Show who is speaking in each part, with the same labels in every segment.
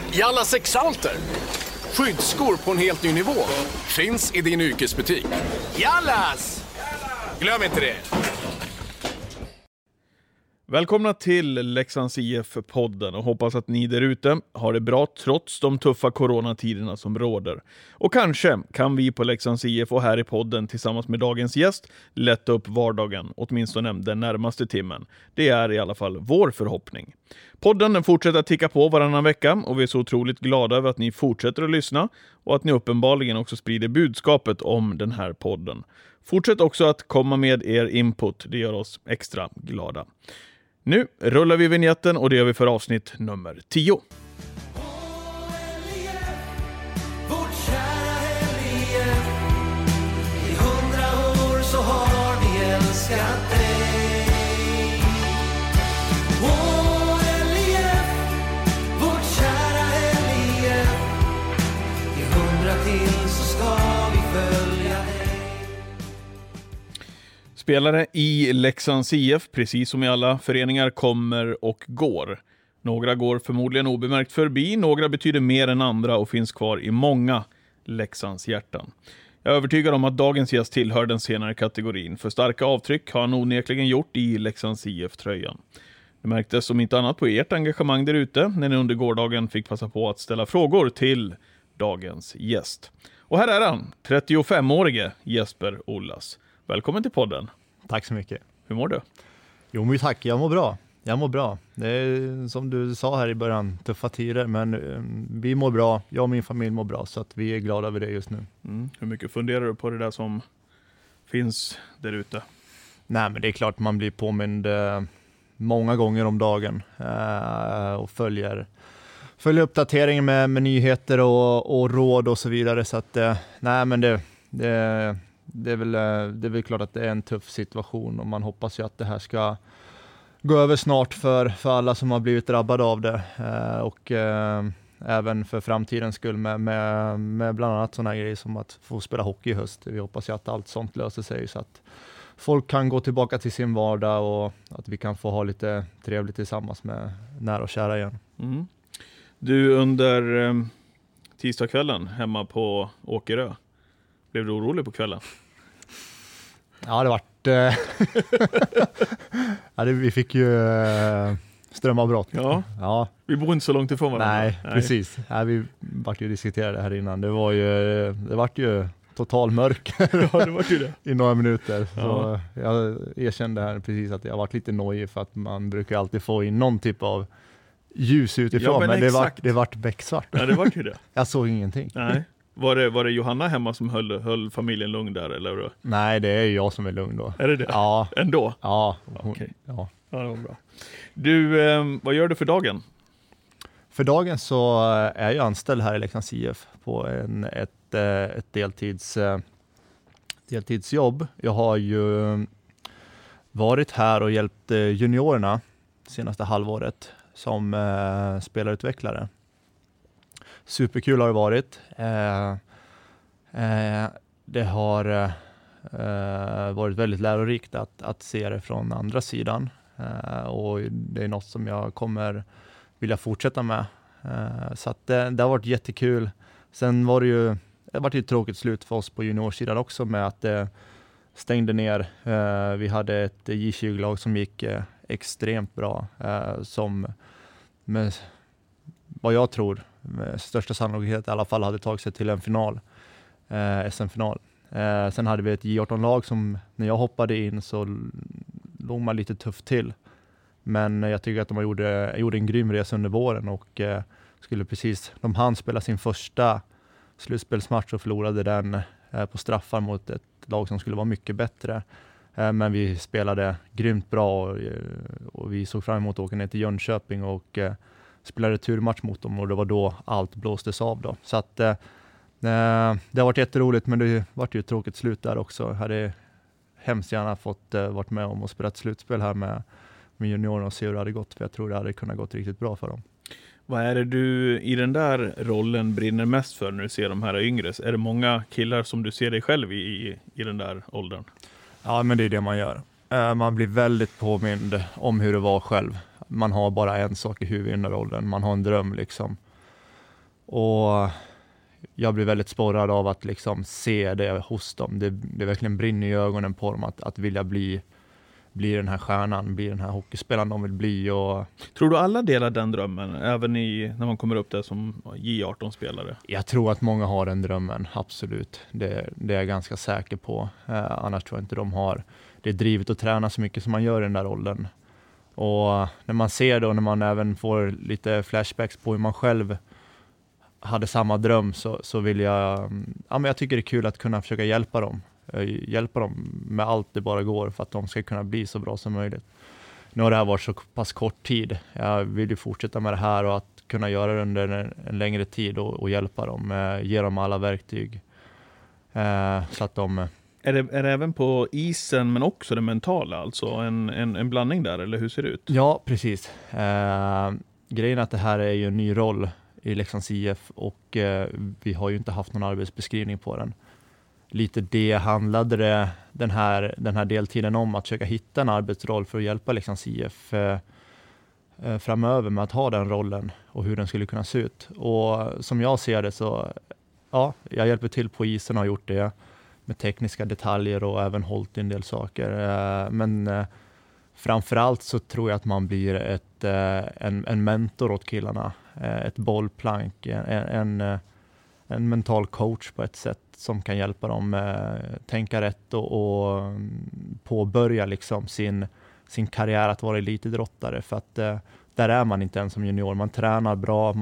Speaker 1: Jalla Sexalter. Skyddsskor på en helt ny nivå. Finns i din yrkesbutik. Jallas! Glöm inte det.
Speaker 2: Välkomna till Leksands IF-podden och hoppas att ni där ute har det bra trots de tuffa coronatiderna som råder. Och kanske kan vi på Leksands IF och här i podden tillsammans med dagens gäst lätta upp vardagen, åtminstone den närmaste timmen. Det är i alla fall vår förhoppning. Podden den fortsätter att ticka på varannan vecka och vi är så otroligt glada över att ni fortsätter att lyssna och att ni uppenbarligen också sprider budskapet om den här podden. Fortsätt också att komma med er input, det gör oss extra glada. Nu rullar vi vignetten och det gör vi för avsnitt nummer 10. Spelare i Leksands IF, precis som i alla föreningar, kommer och går. Några går förmodligen obemärkt förbi, några betyder mer än andra och finns kvar i många Leksands hjärtan. Jag är övertygad om att dagens gäst tillhör den senare kategorin, för starka avtryck har han onekligen gjort i Leksands IF-tröjan. Det märktes som inte annat på ert engagemang där ute när ni under gårdagen fick passa på att ställa frågor till dagens gäst. Och här är han, 35-årige Jesper Ollas. Välkommen till podden.
Speaker 3: Tack så mycket.
Speaker 2: Hur mår du?
Speaker 3: Jo men tack, jag mår bra. Det är som du sa här i början, tuffa tider, men vi mår bra. Jag och min familj mår bra, så att vi är glada över det just nu.
Speaker 2: Hur mycket funderar du på det där som finns där ute?
Speaker 3: Nej, men det är klart man blir påmind många gånger om dagen och följer uppdateringen med nyheter och råd och så vidare. Så att nej, men det är väl klart att det är en tuff situation och man hoppas ju att det här ska gå över snart för alla som har blivit drabbade av det och även för framtidens skull med bland annat sådana grejer som att få spela hockey i höst. Vi hoppas ju att allt sånt löser sig så att folk kan gå tillbaka till sin vardag och att vi kan få ha lite trevligt tillsammans med nära och kära igen.
Speaker 2: Du, under tisdagskvällen hemma på Åkerö, blev du orolig på kvällen?
Speaker 3: Ja, det vart... vi fick ju strömavbrott. Ja.
Speaker 2: Vi bor inte så långt ifrån varandra.
Speaker 3: Nej. Precis. Vi vart ju diskuterade här innan. Det vart ju total mörker.
Speaker 2: Ja, det vart ju det.
Speaker 3: I några minuter. Så jag erkände här precis att jag varit lite nojig för att man brukar alltid få in någon typ av ljus utifrån. Men det vart becksvart.
Speaker 2: Ja, det vart ju det.
Speaker 3: Jag såg ingenting.
Speaker 2: Nej. Var det Johanna hemma som höll familjen lugn där? Eller? Nej,
Speaker 3: det är jag som är lugn då.
Speaker 2: Är det det?
Speaker 3: Ja.
Speaker 2: Ändå?
Speaker 3: Ja.
Speaker 2: Okay.
Speaker 3: Ja,
Speaker 2: det var bra. Du, vad gör du för dagen?
Speaker 3: För dagen så är jag anställd här i Leksands IF på ett deltidsjobb. Jag har ju varit här och hjälpt juniorerna senaste halvåret som spelarutvecklare. Superkul har det varit. Det har varit väldigt lärorikt att se det från andra sidan. Och det är något som jag kommer vilja fortsätta med. Så att det har varit jättekul. Sen var det ju ett tråkigt slut för oss på juniorsidan också med att det stängde ner. Vi hade ett J20-lag som gick extremt bra. Som med vad jag tror med största sannolikhet i alla fall hade tagit sig till en final, SM-final. Sen hade vi ett J18-lag som när jag hoppade in så låg man lite tufft till. Men jag tycker att de gjorde en grym resa under våren och de hann spela sin första slutspelsmatch och förlorade den på straffar mot ett lag som skulle vara mycket bättre. Men vi spelade grymt bra och vi såg fram emot att åka ner till Jönköping och spelade turmatch mot dem och det var då allt blåstes av då. Så att det har varit jätteroligt, men det var ju ett tråkigt slut där också. Jag hade hemskt gärna fått varit med om att spela ett slutspel här med juniorerna och se hur det hade gått, för jag tror det hade kunnat gått riktigt bra för dem.
Speaker 2: Vad är det du i den där rollen brinner mest för när du ser de här yngre? Är det många killar som du ser dig själv i den där åldern?
Speaker 3: Ja, men det är det man gör. Man blir väldigt påmind om hur det var själv. Man har bara en sak i huvudet i den där åldern. Man har en dröm liksom. Och jag blir väldigt sporrad av att liksom se det hos dem. Det verkligen brinner i ögonen på dem att vilja bli den här stjärnan, bli den här hockeyspelaren de vill bli. Och
Speaker 2: tror du alla delar den drömmen, även när man kommer upp där som J18-spelare?
Speaker 3: jag tror att många har den drömmen, absolut. Det är jag ganska säker på. Annars tror jag inte de har det drivet att träna så mycket som man gör i den där åldern. Och när man ser då, när man även får lite flashbacks på hur man själv hade samma dröm, så vill men jag tycker det är kul att kunna försöka hjälpa dem med allt det bara går för att de ska kunna bli så bra som möjligt. Nu har det här varit så pass kort tid. Jag vill ju fortsätta med det här och att kunna göra det under en längre tid och hjälpa dem, ge dem alla verktyg. Så att de...
Speaker 2: Är det även på isen men också det mentala, alltså en blandning där, eller hur ser det ut?
Speaker 3: Ja, precis. Grejen är att det här är ju en ny roll i Leksands IF och vi har ju inte haft någon arbetsbeskrivning på den. Lite det handlade den här deltiden om, att försöka hitta en arbetsroll för att hjälpa Leksands IF framöver med att ha den rollen och hur den skulle kunna se ut. Och som jag ser det så, ja, jag hjälper till på isen och har gjort det med tekniska detaljer och även hållit en del saker. Men framförallt så tror jag att man blir en mentor åt killarna, ett bollplank, en mental coach på ett sätt som kan hjälpa dem tänka rätt och påbörja liksom sin karriär att vara elitidrottare, för att där är man inte än som junior. Man tränar bra,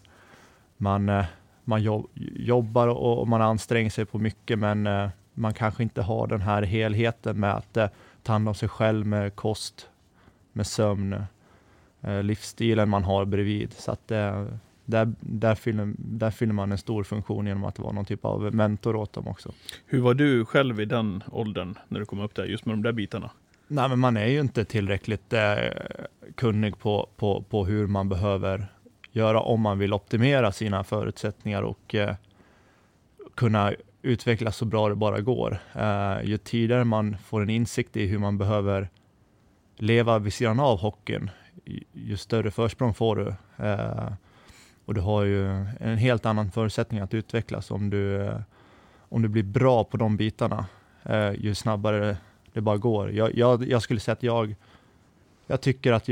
Speaker 3: man jobbar och man anstränger sig på mycket, men man kanske inte har den här helheten med att ta hand om sig själv med kost, med sömn, livsstilen man har bredvid. Så att där fyller man en stor funktion genom att vara någon typ av mentor åt dem också.
Speaker 2: Hur var du själv i den åldern när du kom upp där, just med de där bitarna?
Speaker 3: Nej, men man är ju inte tillräckligt kunnig på hur man behöver göra om man vill optimera sina förutsättningar och kunna utvecklas så bra det bara går. Ju tidigare man får en insikt i hur man behöver leva vid sidan av hockeyn, ju större försprång får du. Och du har ju en helt annan förutsättning att utvecklas om du blir bra på de bitarna, ju snabbare det bara går. Jag skulle säga att jag tycker att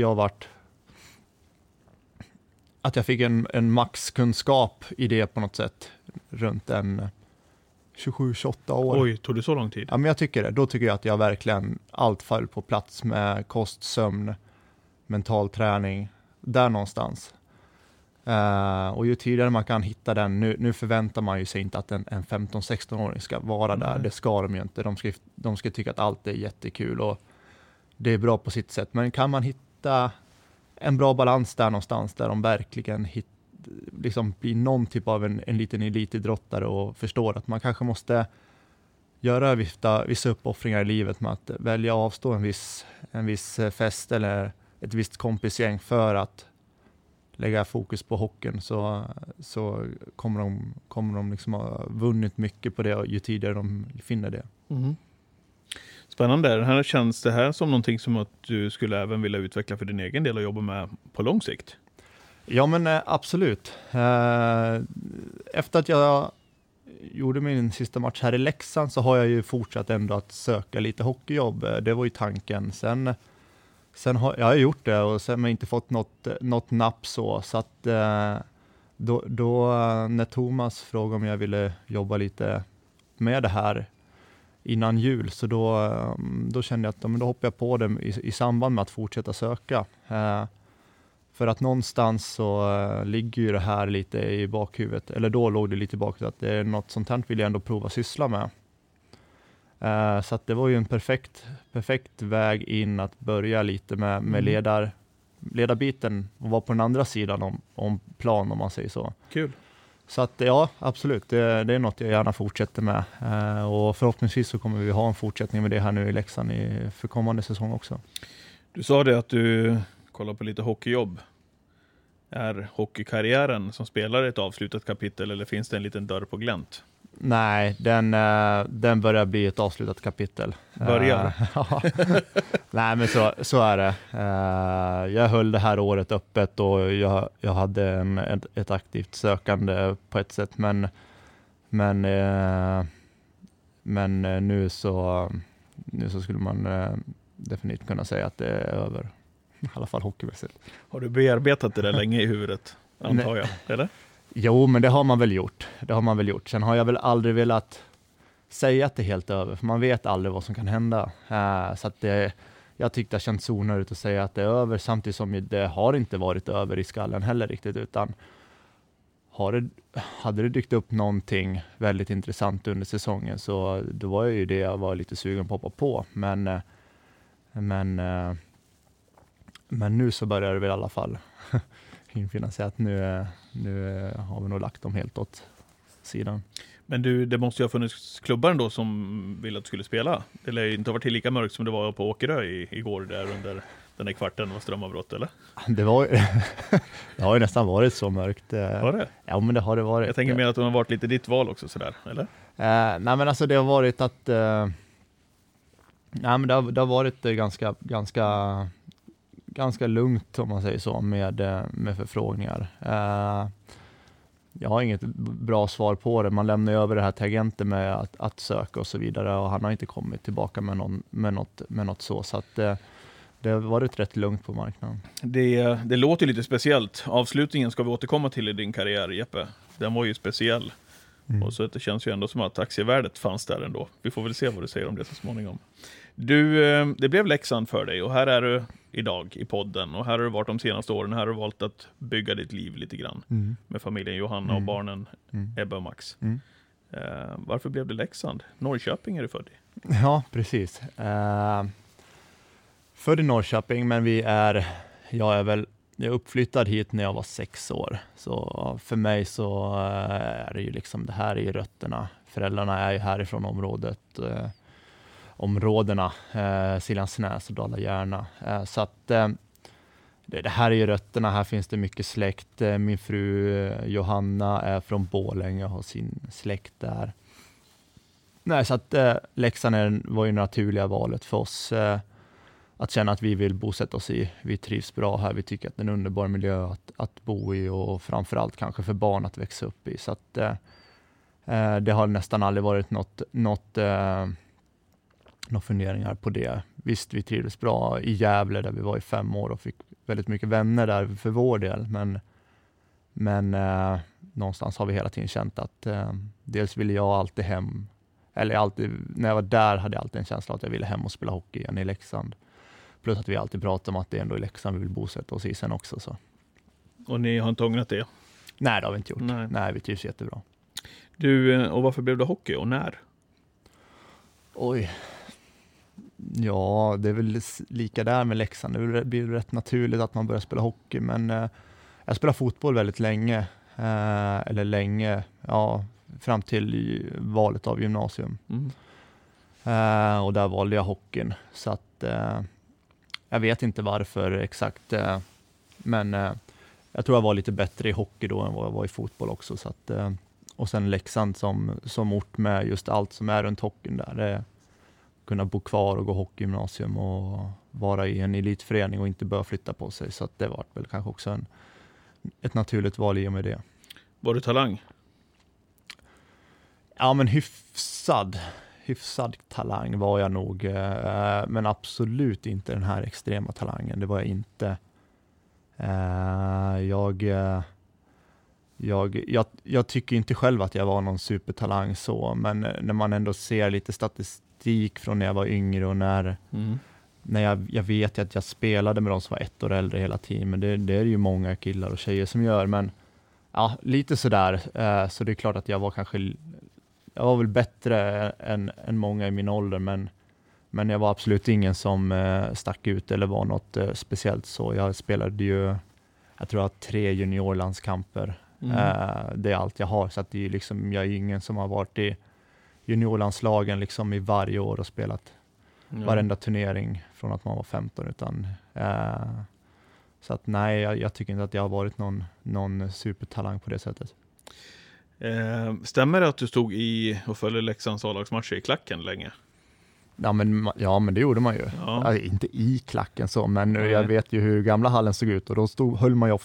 Speaker 3: jag fick en maxkunskap i det på något sätt runt en 27-28 år.
Speaker 2: Oj, tog det så lång tid?
Speaker 3: Ja, men jag tycker det. Då tycker jag att jag verkligen allt föll på plats med kost, sömn, mental träning, där någonstans. Och ju tidigare man kan hitta den, nu förväntar man ju sig inte att en 15-16-åring ska vara där. Det ska de ju inte. De ska tycka att allt är jättekul och det är bra på sitt sätt. Men kan man hitta en bra balans där någonstans, där de verkligen liksom blir någon typ av en liten elitidrottare och förstår att man kanske måste göra vissa uppoffringar i livet med att välja att avstå en viss fest eller ett visst kompisgäng för att lägga fokus på hockeyn, så kommer de liksom ha vunnit mycket på det ju tidigare de finner det.
Speaker 2: Mm. Spännande. Här känns det här som någonting som att du skulle även vilja utveckla för din egen del och jobba med på lång sikt?
Speaker 3: Ja, men absolut. Efter att jag gjorde min sista match här i Leksand så har jag ju fortsatt ändå att söka lite hockeyjobb. Det var ju tanken. Sen har jag gjort det och sen har jag inte fått något napp så att då när Thomas frågade om jag ville jobba lite med det här innan jul, så då kände jag att då hoppar jag på det i samband med att fortsätta söka. För att någonstans så ligger ju det här lite i bakhuvudet, eller då låg det lite i bakhuvudet att det är något sånt här vill jag ändå prova syssla med. Så att det var ju en perfekt väg in att börja lite med ledarbiten och vara på den andra sidan om plan, om man säger så.
Speaker 2: Kul.
Speaker 3: Så att ja, absolut, det är något jag gärna fortsätter med. Och förhoppningsvis så kommer vi ha en fortsättning med det här nu i Leksand för kommande säsong också.
Speaker 2: Du sa det att du kollar på lite hockeyjobb. Är hockeykarriären som spelare ett avslutat kapitel eller finns det en liten dörr på glänt?
Speaker 3: Nej, den börjar bli ett avslutat kapitel.
Speaker 2: Börjar?
Speaker 3: Nej, men så är det. Jag höll det här året öppet och jag hade ett aktivt sökande på ett sätt, men nu så skulle man definitivt kunna säga att det är över. I alla fall hockeymässigt.
Speaker 2: Har du bearbetat det där länge i huvudet, antar jag, eller?
Speaker 3: Jo, men det har man väl gjort. Sen har jag väl aldrig velat säga att det är helt över, för man vet aldrig vad som kan hända. Så att jag tyckte det känns zonare ut att säga att det är över, samtidigt som det har inte varit över i skallen heller riktigt, utan hade det dykt upp någonting väldigt intressant under säsongen, så då var ju det jag var lite sugen på att hoppa på. Men nu så börjar det väl i alla fall infinna sig att nu har vi nog lagt dem helt åt sidan. Men
Speaker 2: det måste ju ha funnits klubbar ändå som ville att du skulle spela. Det lär ju inte ha varit lika mörkt som det var på Åkerö igår där under den där kvarten var strömavbrott, eller?
Speaker 3: Det har ju nästan varit så mörkt.
Speaker 2: Har det?
Speaker 3: Ja, men det har det varit.
Speaker 2: Jag tänker mer att det har varit lite ditt val också sådär, eller?
Speaker 3: Nej, men alltså det har varit att nej, men det har varit ganska lugnt, om man säger så, med förfrågningar. Jag har inget bra svar på det. Man lämnar över det här till agenten med att söka och så vidare, och han har inte kommit tillbaka med något så att det har varit rätt lugnt på marknaden.
Speaker 2: Det låter lite speciellt. Avslutningen ska vi återkomma till i din karriär, Jeppe. Den var ju speciell. Och så det känns ju ändå som att aktievärdet fanns där ändå. Vi får väl se vad du säger om det så småningom. Det blev Leksand för dig, och här är du idag i podden, och här har du varit de senaste åren. Här har du valt att bygga ditt liv lite grann med familjen Johanna och barnen Ebba och Max. Varför blev det Leksand? Norrköping är du född i.
Speaker 3: Ja, precis. Född i Norrköping, men jag är uppflyttad hit när jag var 6 år. Så för mig så är det ju liksom, det här är ju rötterna. Föräldrarna är ju härifrån områdena Siljansnäs och Dala-Järna. Så att det här är ju rötterna. Här finns det mycket släkt. Min fru Johanna är från Borlänge och har sin släkt där. Nej, så att Leksand var ju naturliga valet för oss. Att känna att vi vill bosätta oss i. Vi trivs bra här. Vi tycker att det är en underbar miljö att bo i, och framförallt kanske för barn att växa upp i. Så att det har nästan aldrig varit några funderingar på det. Visst, vi trivdes bra i Gävle där vi var i 5 år och fick väldigt mycket vänner där för vår del. Men någonstans har vi hela tiden känt att dels ville jag alltid hem, eller alltid, när jag var där hade jag alltid en känsla att jag ville hem och spela hockey igen i Leksand. Plus att vi alltid pratar om att det är ändå i Leksand vi vill bosätta oss i sen också. Så.
Speaker 2: Och ni har inte ångrat det?
Speaker 3: Nej, det har vi inte gjort. Nej, vi trivs jättebra.
Speaker 2: Du, och varför blev det hockey och när?
Speaker 3: Oj. Ja, det är väl lika där med Leksand. Det blir rätt naturligt att man börjar spela hockey, men jag spelar fotboll väldigt länge. Fram till valet av gymnasium. Och där valde jag hockeyn. Så att jag vet inte varför exakt, men jag tror jag var lite bättre i hockey då än vad jag var i fotboll också. Så att, och sen Leksand som ort med just allt som är runt hockeyn där. Det kunna bo kvar och gå hockeygymnasium och vara i en elitförening och inte börja flytta på sig. Så att det var väl kanske också ett naturligt val i och med det.
Speaker 2: Var du talang?
Speaker 3: Ja, men hyfsad talang var jag nog. Men absolut inte den här extrema talangen. Det var jag inte. Jag tycker inte själv att jag var någon supertalang så. Men när man ändå ser lite statistik från när jag var yngre och när jag vet att jag spelade med de som var 1 år äldre hela tiden. Men det är ju många killar och tjejer som gör. Men ja, lite sådär. Så det är klart att jag var väl bättre än många i min ålder, men jag var absolut ingen som stack ut eller var något speciellt så. Jag spelade ju, jag tror jag har 3 juniorlandskamper. Det är allt jag har, så att det är liksom, jag är ingen som har varit i juniorlandslagen liksom i varje år och spelat varenda turnering från att man var 15, utan så att nej, jag tycker inte att jag har varit någon supertalang på det sättet.
Speaker 2: Stämmer det att du stod i och följde Leksands A-lagsmatcher i klacken länge?
Speaker 3: Ja, men det gjorde man ju.
Speaker 2: Ja.
Speaker 3: Alltså, inte i klacken så, men jag vet ju hur gamla hallen såg ut och då höll man ju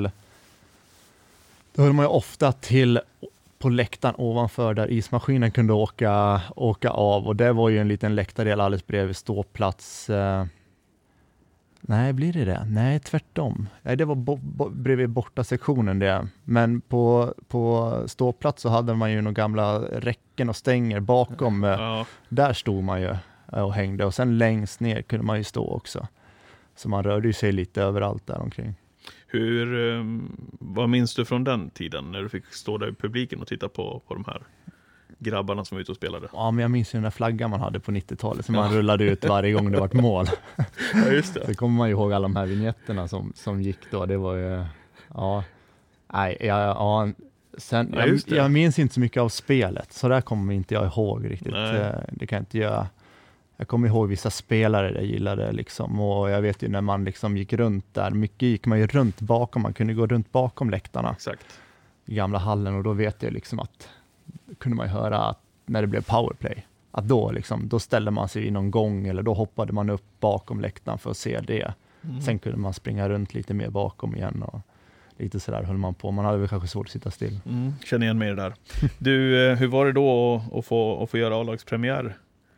Speaker 3: ofta till på läktaren ovanför där ismaskinen kunde åka av, och det var ju en liten läktardel alldeles bredvid ståplats. Nej, blir det? Nej, tvärtom. Nej, det var bredvid borta sektionen det. Men på ståplats så hade man ju några gamla räcken och stänger bakom.
Speaker 2: Ja.
Speaker 3: Där stod man ju och hängde, och sen längst ner kunde man ju stå också. Så man rörde ju sig lite överallt där omkring.
Speaker 2: Vad minns du från den tiden när du fick stå där i publiken och titta på de här grabbarna som var ute och spelade?
Speaker 3: Ja, men jag minns ju den där flaggan man hade på 90-talet som man rullade ut varje gång det var ett mål.
Speaker 2: Ja, just det.
Speaker 3: Så kommer man ju ihåg alla de här vigneterna som gick då. Det var ju, jag minns inte så mycket av spelet. Så där kommer inte jag ihåg riktigt. Det kan jag inte göra. Jag kommer ihåg vissa spelare jag gillade liksom, och jag vet ju när man liksom gick runt där, mycket gick man ju runt bakom, man kunde gå runt bakom läktarna.
Speaker 2: Exakt.
Speaker 3: I gamla hallen, och då vet jag liksom att kunde man ju höra att när det blev powerplay, att då ställde man sig i någon gång, eller då hoppade man upp bakom läktaren för att se det. Sen kunde man springa runt lite mer bakom igen, och lite sådär höll man på. Man hade väl kanske svårt att sitta still.
Speaker 2: Känner igen mig där. Du, hur var det då att få göra A-lagspremiär?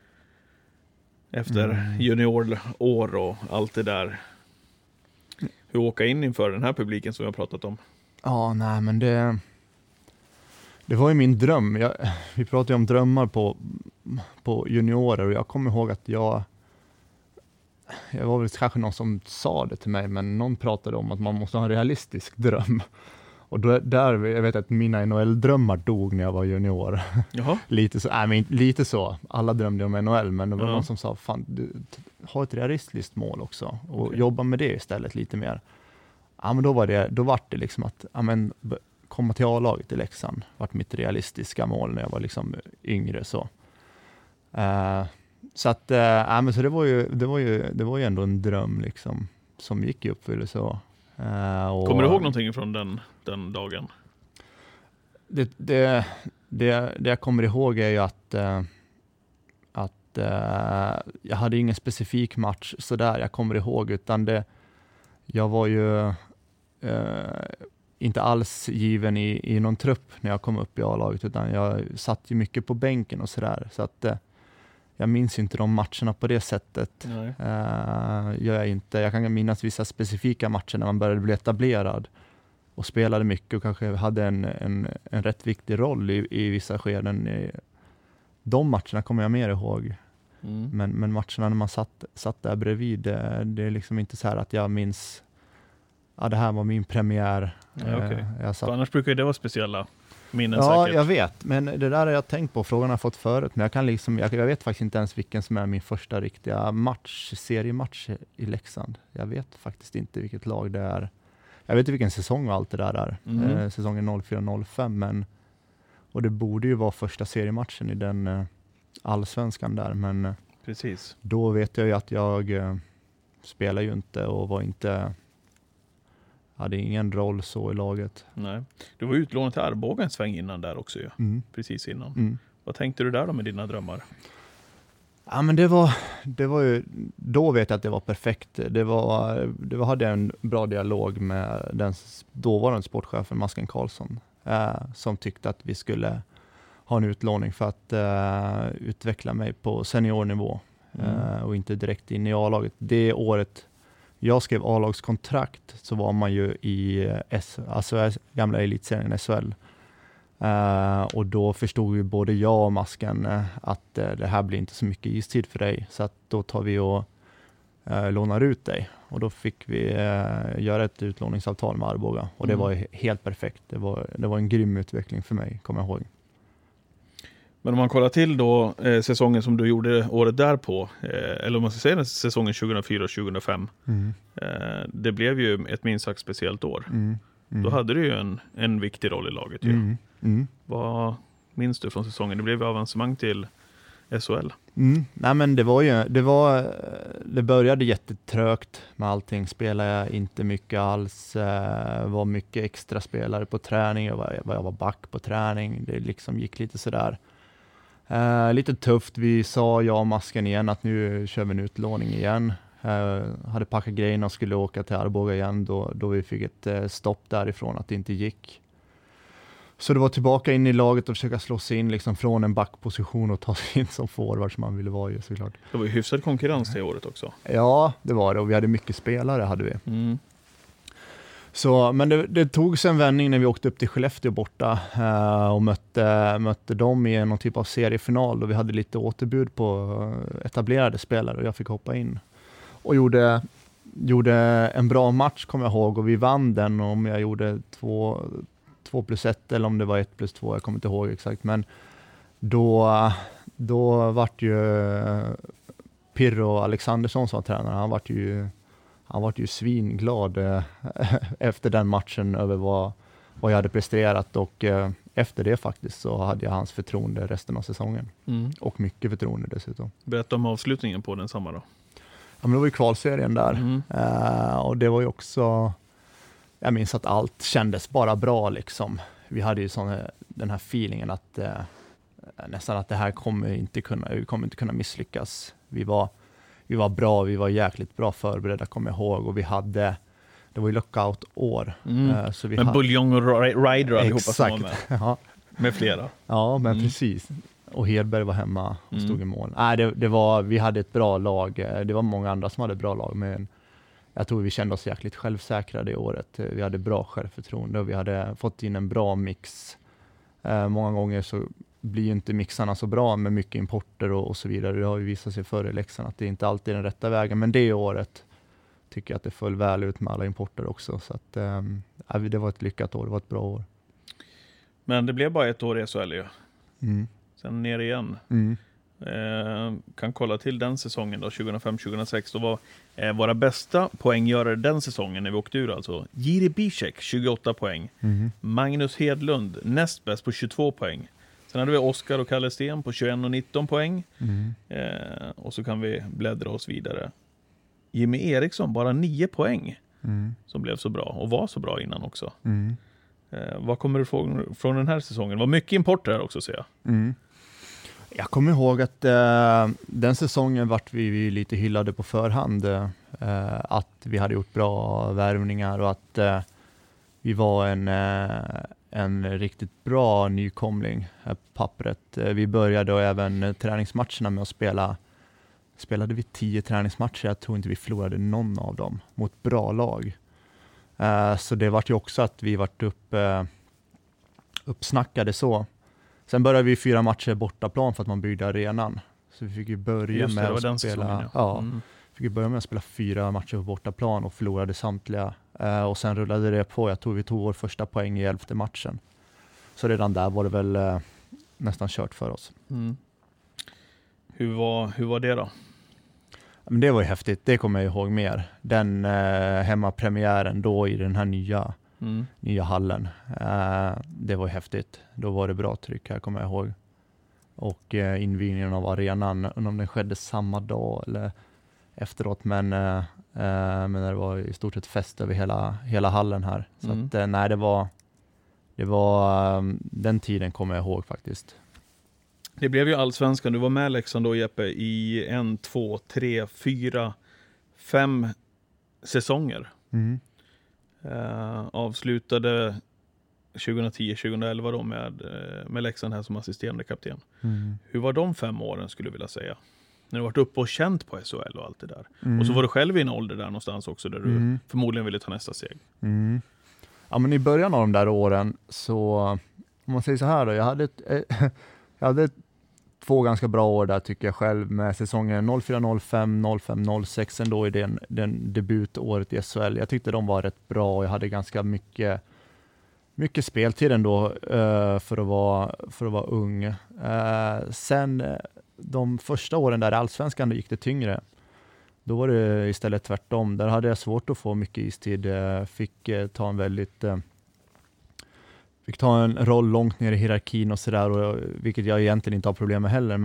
Speaker 2: Efter juniorår och allt det där. Hur åka in inför den här publiken som vi har pratat om?
Speaker 3: Ja, nej, men det var ju min dröm. Vi pratade ju om drömmar på juniorer, och jag kommer ihåg att jag var väl kanske någon som sa det till mig, men någon pratade om att man måste ha en realistisk dröm. Och där, jag vet att mina NHL-drömmar dog när jag var junior.
Speaker 2: Jaha.
Speaker 3: Lite så. Alla drömde om NHL, men det var någon som sa, fan, du har ett realistiskt mål också. Och jobba med det istället lite mer. Ja, men då var det liksom att komma till A-laget i Leksand vart mitt realistiska mål när jag var liksom yngre så. Så det var ju ändå en dröm liksom som gick i uppfyllelse.
Speaker 2: Kommer du ihåg någonting från den dagen?
Speaker 3: Det jag kommer ihåg är ju att jag hade ingen specifik match så där jag kommer ihåg, utan jag var ju inte alls given i någon trupp när jag kom upp i A-laget, utan jag satt ju mycket på bänken och sådär, så att jag minns inte de matcherna på det sättet. Gör jag inte. Jag kan minnas vissa specifika matcher när man började bli etablerad och spelade mycket och kanske hade en rätt viktig roll i vissa skeden. De matcherna kommer jag mer ihåg. Men matcherna när man satt där bredvid, det är liksom inte så här att jag minns det här var min premiär.
Speaker 2: Annars brukar det vara speciella minnen säkert.
Speaker 3: Jag vet, men det där har jag tänkt på. Frågan har jag fått förut, men jag vet faktiskt inte ens vilken som är min första riktiga seriematch i Leksand. Jag vet faktiskt inte vilket lag det är. Jag vet inte vilken säsong och allt det där är. Säsongen 04-05, och det borde ju vara första seriematchen i den allsvenskan där, men
Speaker 2: precis.
Speaker 3: Då vet jag ju att jag spelar ju inte och hade ingen roll så i laget. Nej.
Speaker 2: Du var utlånad till Arboga en sväng innan där också ju. Precis innan. Vad tänkte du där då med dina drömmar?
Speaker 3: Ja, men det var ju, då vet jag att det var perfekt. Det hade jag en bra dialog med den dåvarande sportchefen Masken Karlsson, som tyckte att vi skulle ha en utlåning för att utveckla mig på seniornivå och inte direkt in i A-laget. Det året jag skrev A-lagskontrakt så var man ju i gamla elitserien SHL. Och då förstod ju både jag och Masken att det här blir inte så mycket istid för dig. Så att då tar vi och lånar ut dig. Och då fick vi göra ett utlåningsavtal med Arboga. Och det var helt perfekt. Det var en grym utveckling för mig, kommer jag ihåg.
Speaker 2: Men om man kollar till då säsongen som du gjorde året därpå, eller om man ska säga säsongen 2004-2005, det blev ju ett minst sagt speciellt år. Då hade du ju en viktig roll i laget. Vad minns du från säsongen? Det blev avancemang till SHL?
Speaker 3: Nej, men det började jättetrögt med allting. Spelade jag inte mycket alls. Var mycket extra spelare på träning. Jag var back på träning. Det liksom gick lite sådär. Lite tufft. Vi sa, jag och Masken igen, att nu kör vi en utlåning igen. Hade packat grejerna och skulle åka till Arboga igen då vi fick ett stopp därifrån, att det inte gick. Så det var tillbaka in i laget och försöka slå sig in liksom från en backposition och ta sig in som forward som man ville vara ju, såklart.
Speaker 2: Det var ju hyfsad konkurrens det året också.
Speaker 3: Ja, det var det, och vi hade mycket spelare hade vi. Så, men det tog sig en vändning när vi åkte upp till Skellefteå borta och mötte dem i någon typ av seriefinal, och vi hade lite återbud på etablerade spelare och jag fick hoppa in. Och gjorde en bra match, kommer jag ihåg, och vi vann den. Om jag gjorde 2+1 eller om det var 1+2, jag kommer inte ihåg exakt. Men då vart ju Pirro Alexandersson som var tränare, han vart ju svinglad efter den matchen över vad jag hade presterat, och efter det faktiskt så hade jag hans förtroende resten av säsongen. Och mycket förtroende dessutom.
Speaker 2: Berätta om avslutningen på densamma då.
Speaker 3: Ja, men det var ju kvalserien där. Och det var ju också, jag minns att allt kändes bara bra liksom. Vi hade ju den här feelingen att nästan att det här kommer inte kunna misslyckas. Vi var bra, vi var jäkligt bra förberedda, kommer jag ihåg, och det var ju lockout-år. Så
Speaker 2: men Buljong och Ryder allihopa som var med.
Speaker 3: Ja.
Speaker 2: Med flera.
Speaker 3: Ja, men precis. Och Hedberg var hemma och stod i mål. Nej, vi hade ett bra lag. Det var många andra som hade bra lag, men jag tror vi kände oss jäkligt självsäkra det året. Vi hade bra självförtroende och vi hade fått in en bra mix. Många gånger så blir ju inte mixarna så bra med mycket importer och så vidare. Det har ju visat sig förr i Leksand att det inte alltid är den rätta vägen. Men det året tycker jag att det föll väl ut med alla importer också. Så att, det var ett lyckat år, det var ett bra år.
Speaker 2: Men det blev bara ett år i SHL ju. Sen ner igen. Kan kolla till den säsongen då, 2005-2006. Då var våra bästa poänggörare den säsongen när vi åkte ur alltså Jiri Bicek 28 poäng. Magnus Hedlund näst bäst på 22 poäng. Sen hade vi Oskar och Kalle Sten på 21 och 19 poäng. Och så kan vi bläddra oss vidare. Jimmy Eriksson bara 9 poäng. Som blev så bra och var så bra innan också. Vad kommer du från den här säsongen? Det var mycket importer här också, ser jag.
Speaker 3: Jag kommer ihåg att den säsongen vart vi lite hyllade på förhand. Att vi hade gjort bra värvningar och att vi var en riktigt bra nykomling på pappret. Vi började och även träningsmatcherna med att spelade vi 10 träningsmatcher. Jag tror inte vi förlorade någon av dem mot bra lag. Så det var ju också att vi vart uppsnackade så. Sen började vi 4 matcher bortaplan för att man byggde arenan. Så vi fick ju börja med att spela. Fick ju börja med att spela 4 matcher på bortaplan och förlorade samtliga. Och sen rullade det på. Jag tror vi tog vår första poäng i 11:e matchen. Så redan där var det väl nästan kört för oss.
Speaker 2: Hur var det då?
Speaker 3: Men det var ju häftigt, det kommer jag ihåg mer. Den hemmapremiären då i den här nya hallen. Det var ju häftigt. Då var det bra tryck här, kommer jag ihåg. Och invigningen av arenan, om den skedde samma dag eller efteråt. Men det var i stort sett fest över hela hallen här. Så att, nej, det var den tiden kommer jag ihåg faktiskt.
Speaker 2: Det blev ju allsvenskan. Du var med Leksand då, Jeppe, i 1, 2, 3, 4, 5 säsonger. Avslutade 2010-2011 då med Leksand här som assisterande kapten. Hur var de 5 åren, skulle jag vilja säga? När du varit uppe och känt på SHL och allt det där. Och så var du själv i en ålder där någonstans också där du förmodligen ville ta nästa steg.
Speaker 3: Ja, men i början av de där åren så, om man säger så här då, jag hade 2 ganska bra år där tycker jag själv, med säsongen 04-05, 05-06 ändå i den debutåret i SHL. Jag tyckte de var rätt bra och jag hade ganska mycket speltid ändå för att vara ung. Sen de första åren där i allsvenskan gick det tyngre. Då var det istället tvärtom. Där hade jag svårt att få mycket istid. Fick ta en väldigt fick ta en roll långt ner i hierarkin och sådär, vilket jag egentligen inte har problem med heller,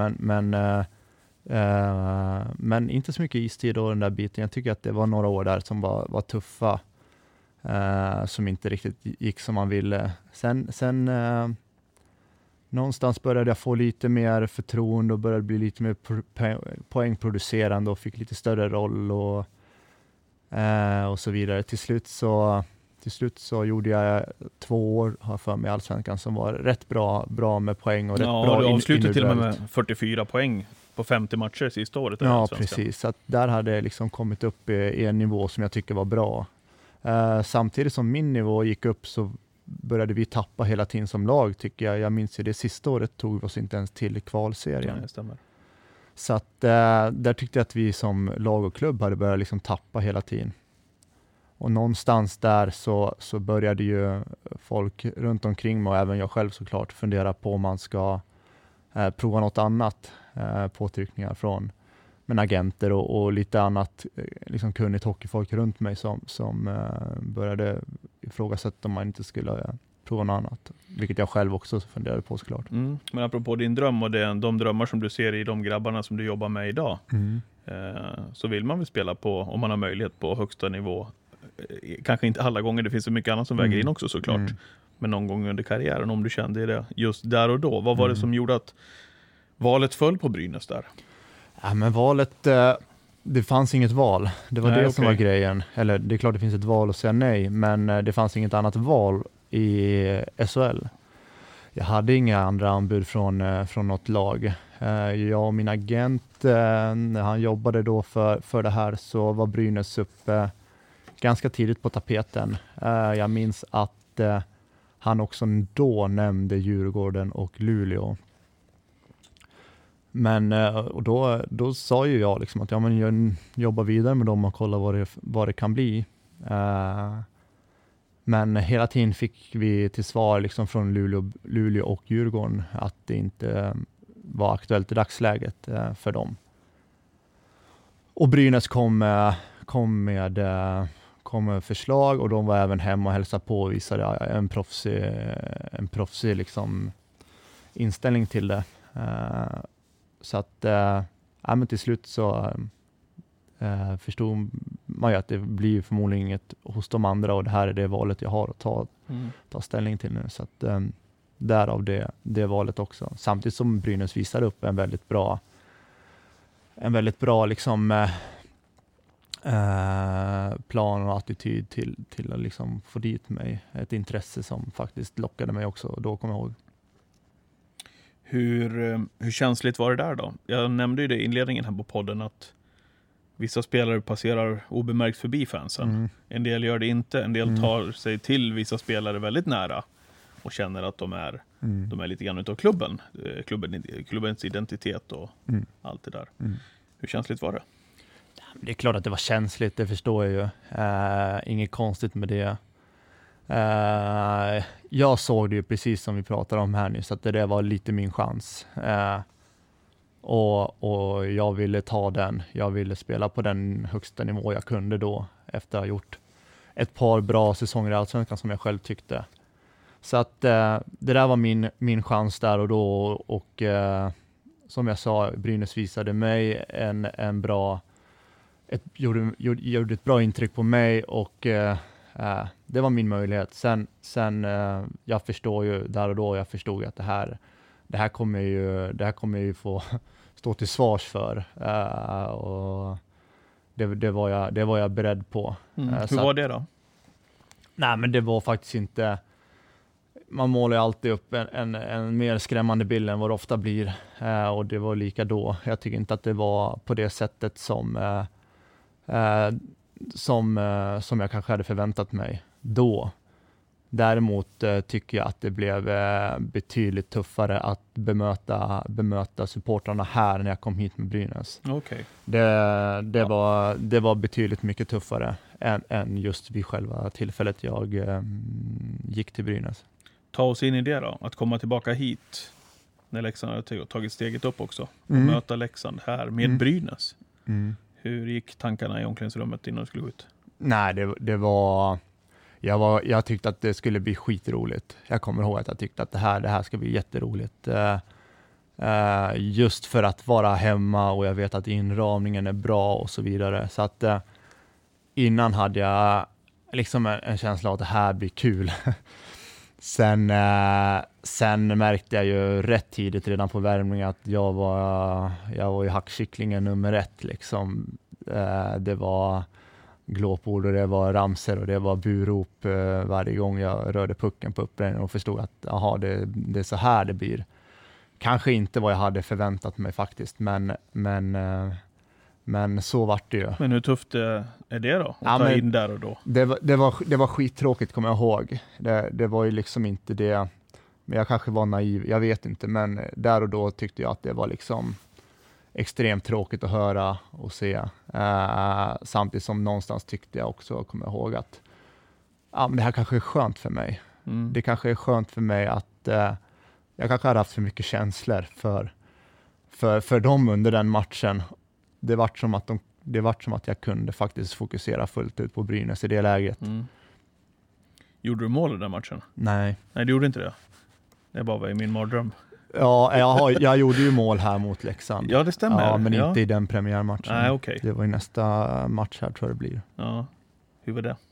Speaker 3: men inte så mycket istid och den där biten. Jag tycker att det var några år där som var tuffa, som inte riktigt gick som man ville. Sen någonstans började jag få lite mer förtroende och började bli lite mer poängproducerande och fick lite större roll och så vidare. Till slut så gjorde jag 2 år, har för mig, Allsvenskan som var rätt bra med poäng och rätt bra.
Speaker 2: Du avslutade till och med 44 poäng på 50 matcher sista året.
Speaker 3: Ja, precis. Så att där hade jag liksom kommit upp i en nivå som jag tycker var bra. Samtidigt som min nivå gick upp så började vi tappa hela tiden som lag, tycker jag. Jag minns ju det sista året tog vi oss inte ens till kvalserien.
Speaker 2: Ja, det stämmer.
Speaker 3: Så att där tyckte jag att vi som lag och klubb hade börjat liksom tappa hela tiden. Och någonstans där så började ju folk runt omkring mig och även jag själv såklart fundera på om man ska prova något annat, påtryckningar från agenter och lite annat liksom kunnigt hockeyfolk runt mig som började ifrågasätta om man inte skulle prova något annat. Vilket jag själv också funderade på såklart.
Speaker 2: Men apropå din dröm och de drömmar som du ser i de grabbarna som du jobbar med idag, så vill man väl spela på, om man har möjlighet, på högsta nivå. Kanske inte alla gånger, det finns så mycket annat som väger in också såklart. Men någon gång under karriären, om du kände det just där och då. Vad var det som gjorde att valet föll på Brynäs där?
Speaker 3: Ja, men valet, det fanns inget val. Det var som var grejen. Eller det är klart det finns ett val att säga nej, men det fanns inget annat val i SHL. Jag hade inga andra anbud från något lag. Jag och min agent, när han jobbade då för det här, så var Brynäs uppe ganska tidigt på tapeten. Jag minns att han också då nämnde Djurgården och Luleå. Men och då sa ju jag liksom att jag jobbar vidare med dem och kollar vad det kan bli. Men hela tiden fick vi till svar liksom från Luleå och Djurgården att det inte var aktuellt i dagsläget för dem. Och Brynäs kom med förslag, och de var även hemma och hälsade på och visade en proffsig liksom inställning till det. Så att men till slut så förstod man ju att det blir förmodligen inget hos de andra, och det här är det valet jag har att ta ställning till nu. Så att därav det valet också. Samtidigt som Brynäs visar upp en väldigt bra liksom plan och attityd till att liksom få dit mig. Ett intresse som faktiskt lockade mig också, då kommer jag ihåg.
Speaker 2: Hur känsligt var det där då? Jag nämnde ju det i inledningen här på podden att vissa spelare passerar obemärkt förbi fansen. En del gör det inte. En del tar sig till vissa spelare väldigt nära och känner att de är lite grann utav klubbens identitet och allt det där. Hur känsligt var det?
Speaker 3: Det är klart att det var känsligt, det förstår jag ju. Inget konstigt med det. Jag såg det ju precis som vi pratade om här nu, så att det var lite min chans. Och jag ville ta den. Jag ville spela på den högsta nivå jag kunde då, efter att ha gjort ett par bra säsonger i Allsvenskan som jag själv tyckte. Så att det där var min chans där och då, och som jag sa, Brynäs visade mig gjorde ett bra intryck på mig, och det var min möjlighet. Sen jag förstår ju där och då, jag förstod att det här kommer jag ju få stå till svars för, och det var jag beredd på.
Speaker 2: Hur var det då?
Speaker 3: Nej, men det var faktiskt inte. Man målar ju alltid upp en mer skrämmande bild än vad det ofta blir, och det var lika då. Jag tycker inte att det var på det sättet som jag kanske hade förväntat mig då. Däremot tycker jag att det blev betydligt tuffare att bemöta supportrarna här när jag kom hit med Brynäs.
Speaker 2: Okay.
Speaker 3: Det var betydligt mycket tuffare än just vid själva tillfället jag gick till Brynäs.
Speaker 2: Ta oss in i det då, att komma tillbaka hit när Leksand har tagit steget upp också och möta Leksand här med Brynäs. Hur gick tankarna i omklädningsrummet innan du skulle gå ut?
Speaker 3: Nej, det var... Jag tyckte att det skulle bli skitroligt. Jag kommer ihåg att jag tyckte att det här ska bli jätteroligt. Just för att vara hemma och jag vet att inramningen är bra och så vidare. Så att innan hade jag liksom en känsla av att det här blir kul. Sen märkte jag ju rätt tidigt redan på värmning att jag var ju hackkycklingen nummer 1 liksom. Det var glåpord och det var ramser och det var burop varje gång jag rörde pucken på uppvärmningen och förstod att det är så här det blir. Kanske inte vad jag hade förväntat mig faktiskt, men så vart det ju.
Speaker 2: Men hur tufft är det då? Att ta in där och då?
Speaker 3: Det var skittråkigt, kommer jag ihåg. Det var ju liksom inte det. Men jag kanske var naiv, jag vet inte. Men där och då tyckte jag att det var liksom extremt tråkigt att höra och se. Samtidigt som någonstans tyckte jag också, kommer jag ihåg, att men det här kanske är skönt för mig. Det kanske är skönt för mig att jag kanske har haft för mycket känslor för dem under den matchen. Det vart som att jag kunde faktiskt fokusera fullt ut på Brynäs i det läget.
Speaker 2: Gjorde du mål i den matchen?
Speaker 3: Nej,
Speaker 2: du gjorde inte det. Det bara var i min mardröm.
Speaker 3: Ja, jag gjorde ju mål här mot Leksand.
Speaker 2: Ja, det stämmer.
Speaker 3: Ja, men inte i den premiärmatchen.
Speaker 2: Nej, okej.
Speaker 3: Det var ju nästa match här, tror jag det blir.
Speaker 2: Ja, hur var det?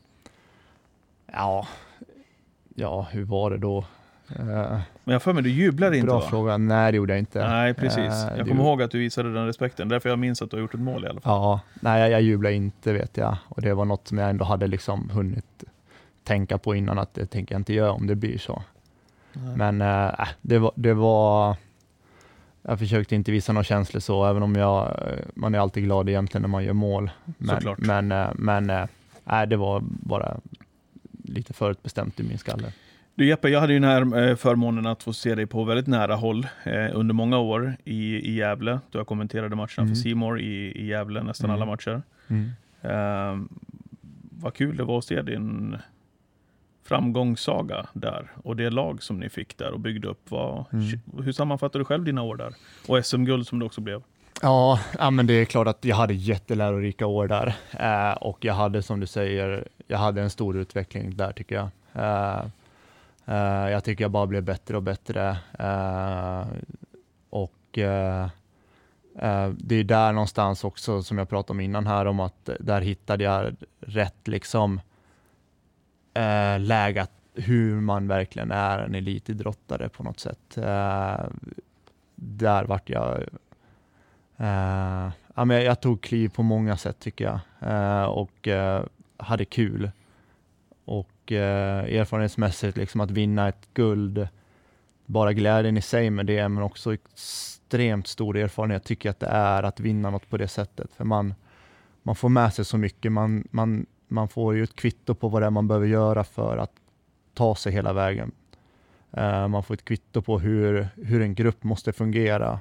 Speaker 3: Ja, hur var det då?
Speaker 2: Men jag för mig, du jublade inte,
Speaker 3: bra
Speaker 2: va?
Speaker 3: Fråga. Nej, det gjorde jag inte.
Speaker 2: Nej, precis. Jag kommer ihåg att du visade den respekten. Därför jag minns att du har gjort ett mål i alla fall.
Speaker 3: Ja, nej, jag jublade inte, vet jag. Och det var något som jag ändå hade liksom hunnit tänka på innan, att det tänker jag inte göra om det blir så. Nej. Men det var... Jag försökte inte visa några känslor så, även om man är alltid glad egentligen när man gör mål. Men det var bara lite förutbestämt i min skalle.
Speaker 2: Du Jeppe, jag hade ju den här förmånen att få se dig på väldigt nära håll under många år i Gävle. Du har kommenterade matcherna för C More i Gävle, nästan alla matcher. Vad kul det var att se din framgångssaga där och det lag som ni fick där och byggde upp. Hur sammanfattar du själv dina år där? Och SM-guld som det också blev. Ja,
Speaker 3: men det är klart att jag hade jättelärorika år där. Och jag hade, som du säger, en stor utveckling där, tycker jag. Jag tycker jag bara blev bättre och bättre. Det är där någonstans också, som jag pratade om innan här, om att där hittade jag rätt liksom läge hur man verkligen är en elitidrottare på något sätt. Där vart jag jag tog kliv på många sätt, tycker jag, och hade kul. Och erfarenhetsmässigt liksom att vinna ett guld, bara glädjen i sig med det, men också extremt stor erfarenhet tycker jag att det är att vinna något på det sättet. För man får med sig så mycket, man får ju ett kvitto på vad det är man behöver göra för att ta sig hela vägen. Man får ett kvitto på hur en grupp måste fungera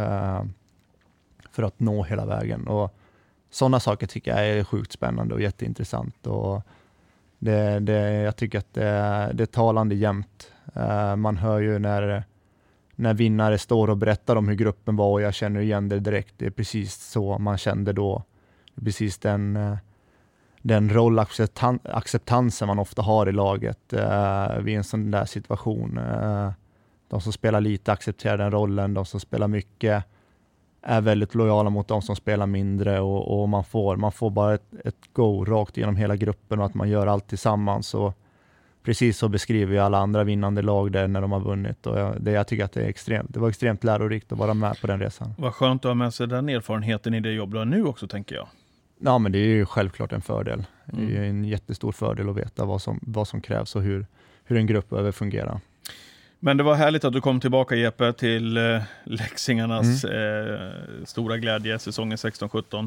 Speaker 3: för att nå hela vägen. Och sådana saker tycker jag är sjukt spännande och jätteintressant. Och jag tycker att det är talande jämt. Man hör ju när vinnare står och berättar om hur gruppen var, och jag känner igen det direkt. Det är precis så man kände då. Det är precis den rollacceptansen man ofta har i laget vid en sån där situation. De som spelar lite accepterar den rollen, de som spelar mycket är väldigt lojala mot de som spelar mindre, och man får bara ett go rakt genom hela gruppen, och att man gör allt tillsammans. Och precis så beskriver ju alla andra vinnande lag där när de har vunnit, och jag tycker att det var extremt lärorikt att vara med på den resan.
Speaker 2: Vad skönt att ha med sig den erfarenheten i det jobb du har nu också, tänker jag.
Speaker 3: Ja, men det är ju självklart en fördel. Det är ju en jättestor fördel att veta vad som krävs och hur en grupp behöver fungera.
Speaker 2: Men det var härligt att du kom tillbaka, Jeppe, till Leksingarnas stora glädje säsongen 16-17.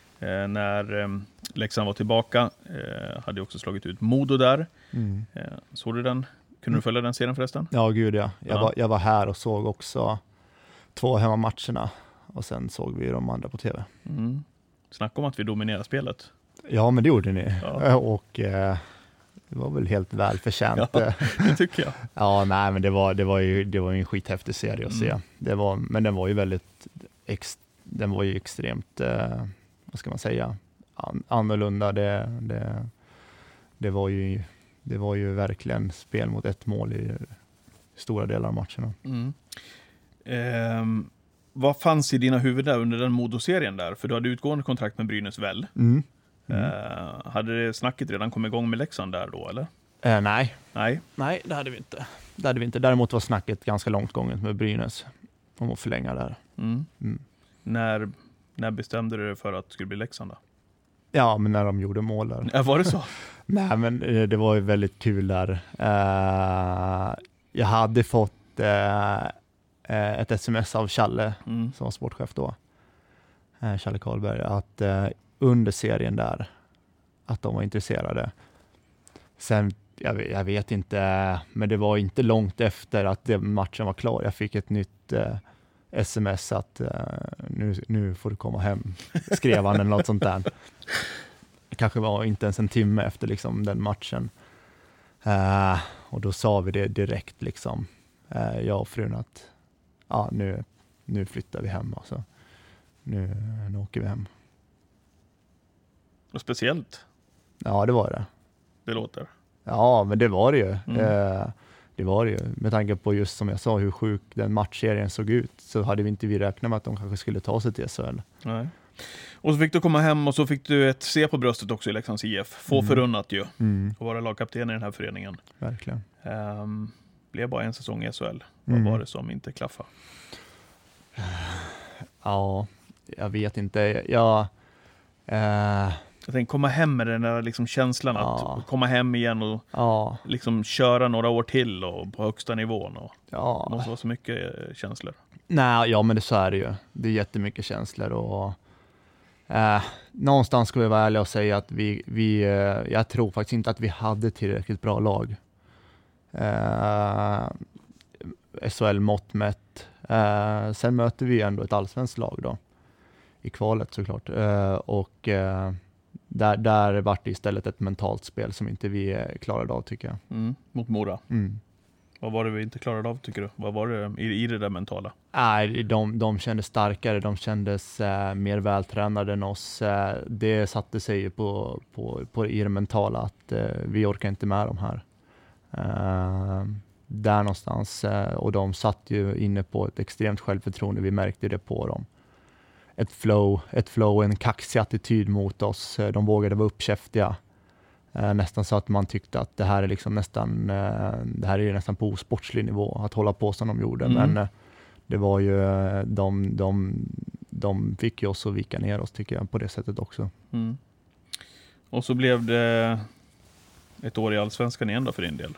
Speaker 2: När Leksand var tillbaka hade också slagit ut Modo där. Såg du den? Kunde du följa den serien förresten?
Speaker 3: Ja, gud ja. Jag var här och såg också 2 hemmamatcherna, och sen såg vi de andra på tv.
Speaker 2: Snacka om att vi dominerar spelet.
Speaker 3: Ja, men det gjorde ni. Ja. Och det var väl helt välförtjänt.
Speaker 2: Ja, det tycker jag.
Speaker 3: Ja, nej, men det var ju en skithäftig serie att se. Men den var ju den var ju extremt, vad ska man säga, annorlunda. Det var ju det var ju verkligen spel mot ett mål i stora delar av matcherna.
Speaker 2: Vad fanns i dina huvud där under den Modo-serien där? För du hade utgående kontrakt med Brynäs väl? Hade det snacket redan kommit igång med Leksand där då, eller?
Speaker 3: Nej, det hade vi inte. Däremot var snacket ganska långt gånget med Brynäs om att förlänga där.
Speaker 2: När bestämde du dig för att det skulle bli Leksand då?
Speaker 3: Ja, men när de gjorde mål där.
Speaker 2: Ja, var det så?
Speaker 3: Nej, men det var ju väldigt kul där. Jag hade fått ett sms av Challe, som var sportchef då. Challe Karlberg, att under serien där, att de var intresserade. Sen, jag vet inte, men det var inte långt efter att matchen var klar. Jag fick ett nytt sms att nu får du komma hem, skrev han eller något sånt där. Det kanske var inte ens en timme efter liksom den matchen. Och då sa vi det direkt liksom, jag och frun, att nu flyttar vi hem, alltså. Nu åker vi hem.
Speaker 2: Och speciellt?
Speaker 3: Ja, det var det.
Speaker 2: Det låter.
Speaker 3: Ja, men det var det ju. Det var det ju. Med tanke på just som jag sa hur sjuk den matchserien såg ut, så hade vi inte räknat med att de kanske skulle ta sig till SHL. Nej.
Speaker 2: Och så fick du komma hem och så fick du ett C på bröstet också i Leksands IF. Få förunnat ju. Och vara lagkapten i den här föreningen.
Speaker 3: Verkligen.
Speaker 2: Blev bara en säsong i SHL. Vad var det som inte klaffade?
Speaker 3: Ja, jag vet inte. Jag
Speaker 2: tänkte komma hem med den där liksom känslan att komma hem igen och liksom köra några år till och på högsta nivån. Och det måste vara så mycket känslor.
Speaker 3: Nej, ja, men det så är det ju. Det är jättemycket känslor och någonstans ska vi vara ärliga och säga att jag tror faktiskt inte att vi hade tillräckligt bra lag. SHL-mått mätt. Sen möter vi ändå ett allsvenskt lag då i kvalet såklart. Och där var det istället ett mentalt spel som inte vi klarade av, tycker jag.
Speaker 2: Mot Mora. Vad var det vi inte klarade av, tycker du? Vad var det i det där mentala?
Speaker 3: Nej, de kändes starkare, de kändes mer vältränade än oss. Det satte sig ju på i det mentala att vi orkar inte med de här. Där någonstans, och de satt ju inne på ett extremt självförtroende, vi märkte det på dem. Ett flow, en kaxig attityd mot oss, de vågade vara uppkäftiga. Nästan så att man tyckte att det här är liksom nästan på osportslig nivå att hålla på som de gjorde, men det var ju de fick ju oss att vika ner oss, tycker jag, på det sättet också.
Speaker 2: Och så blev det ett år i Allsvenskan igen då för din del.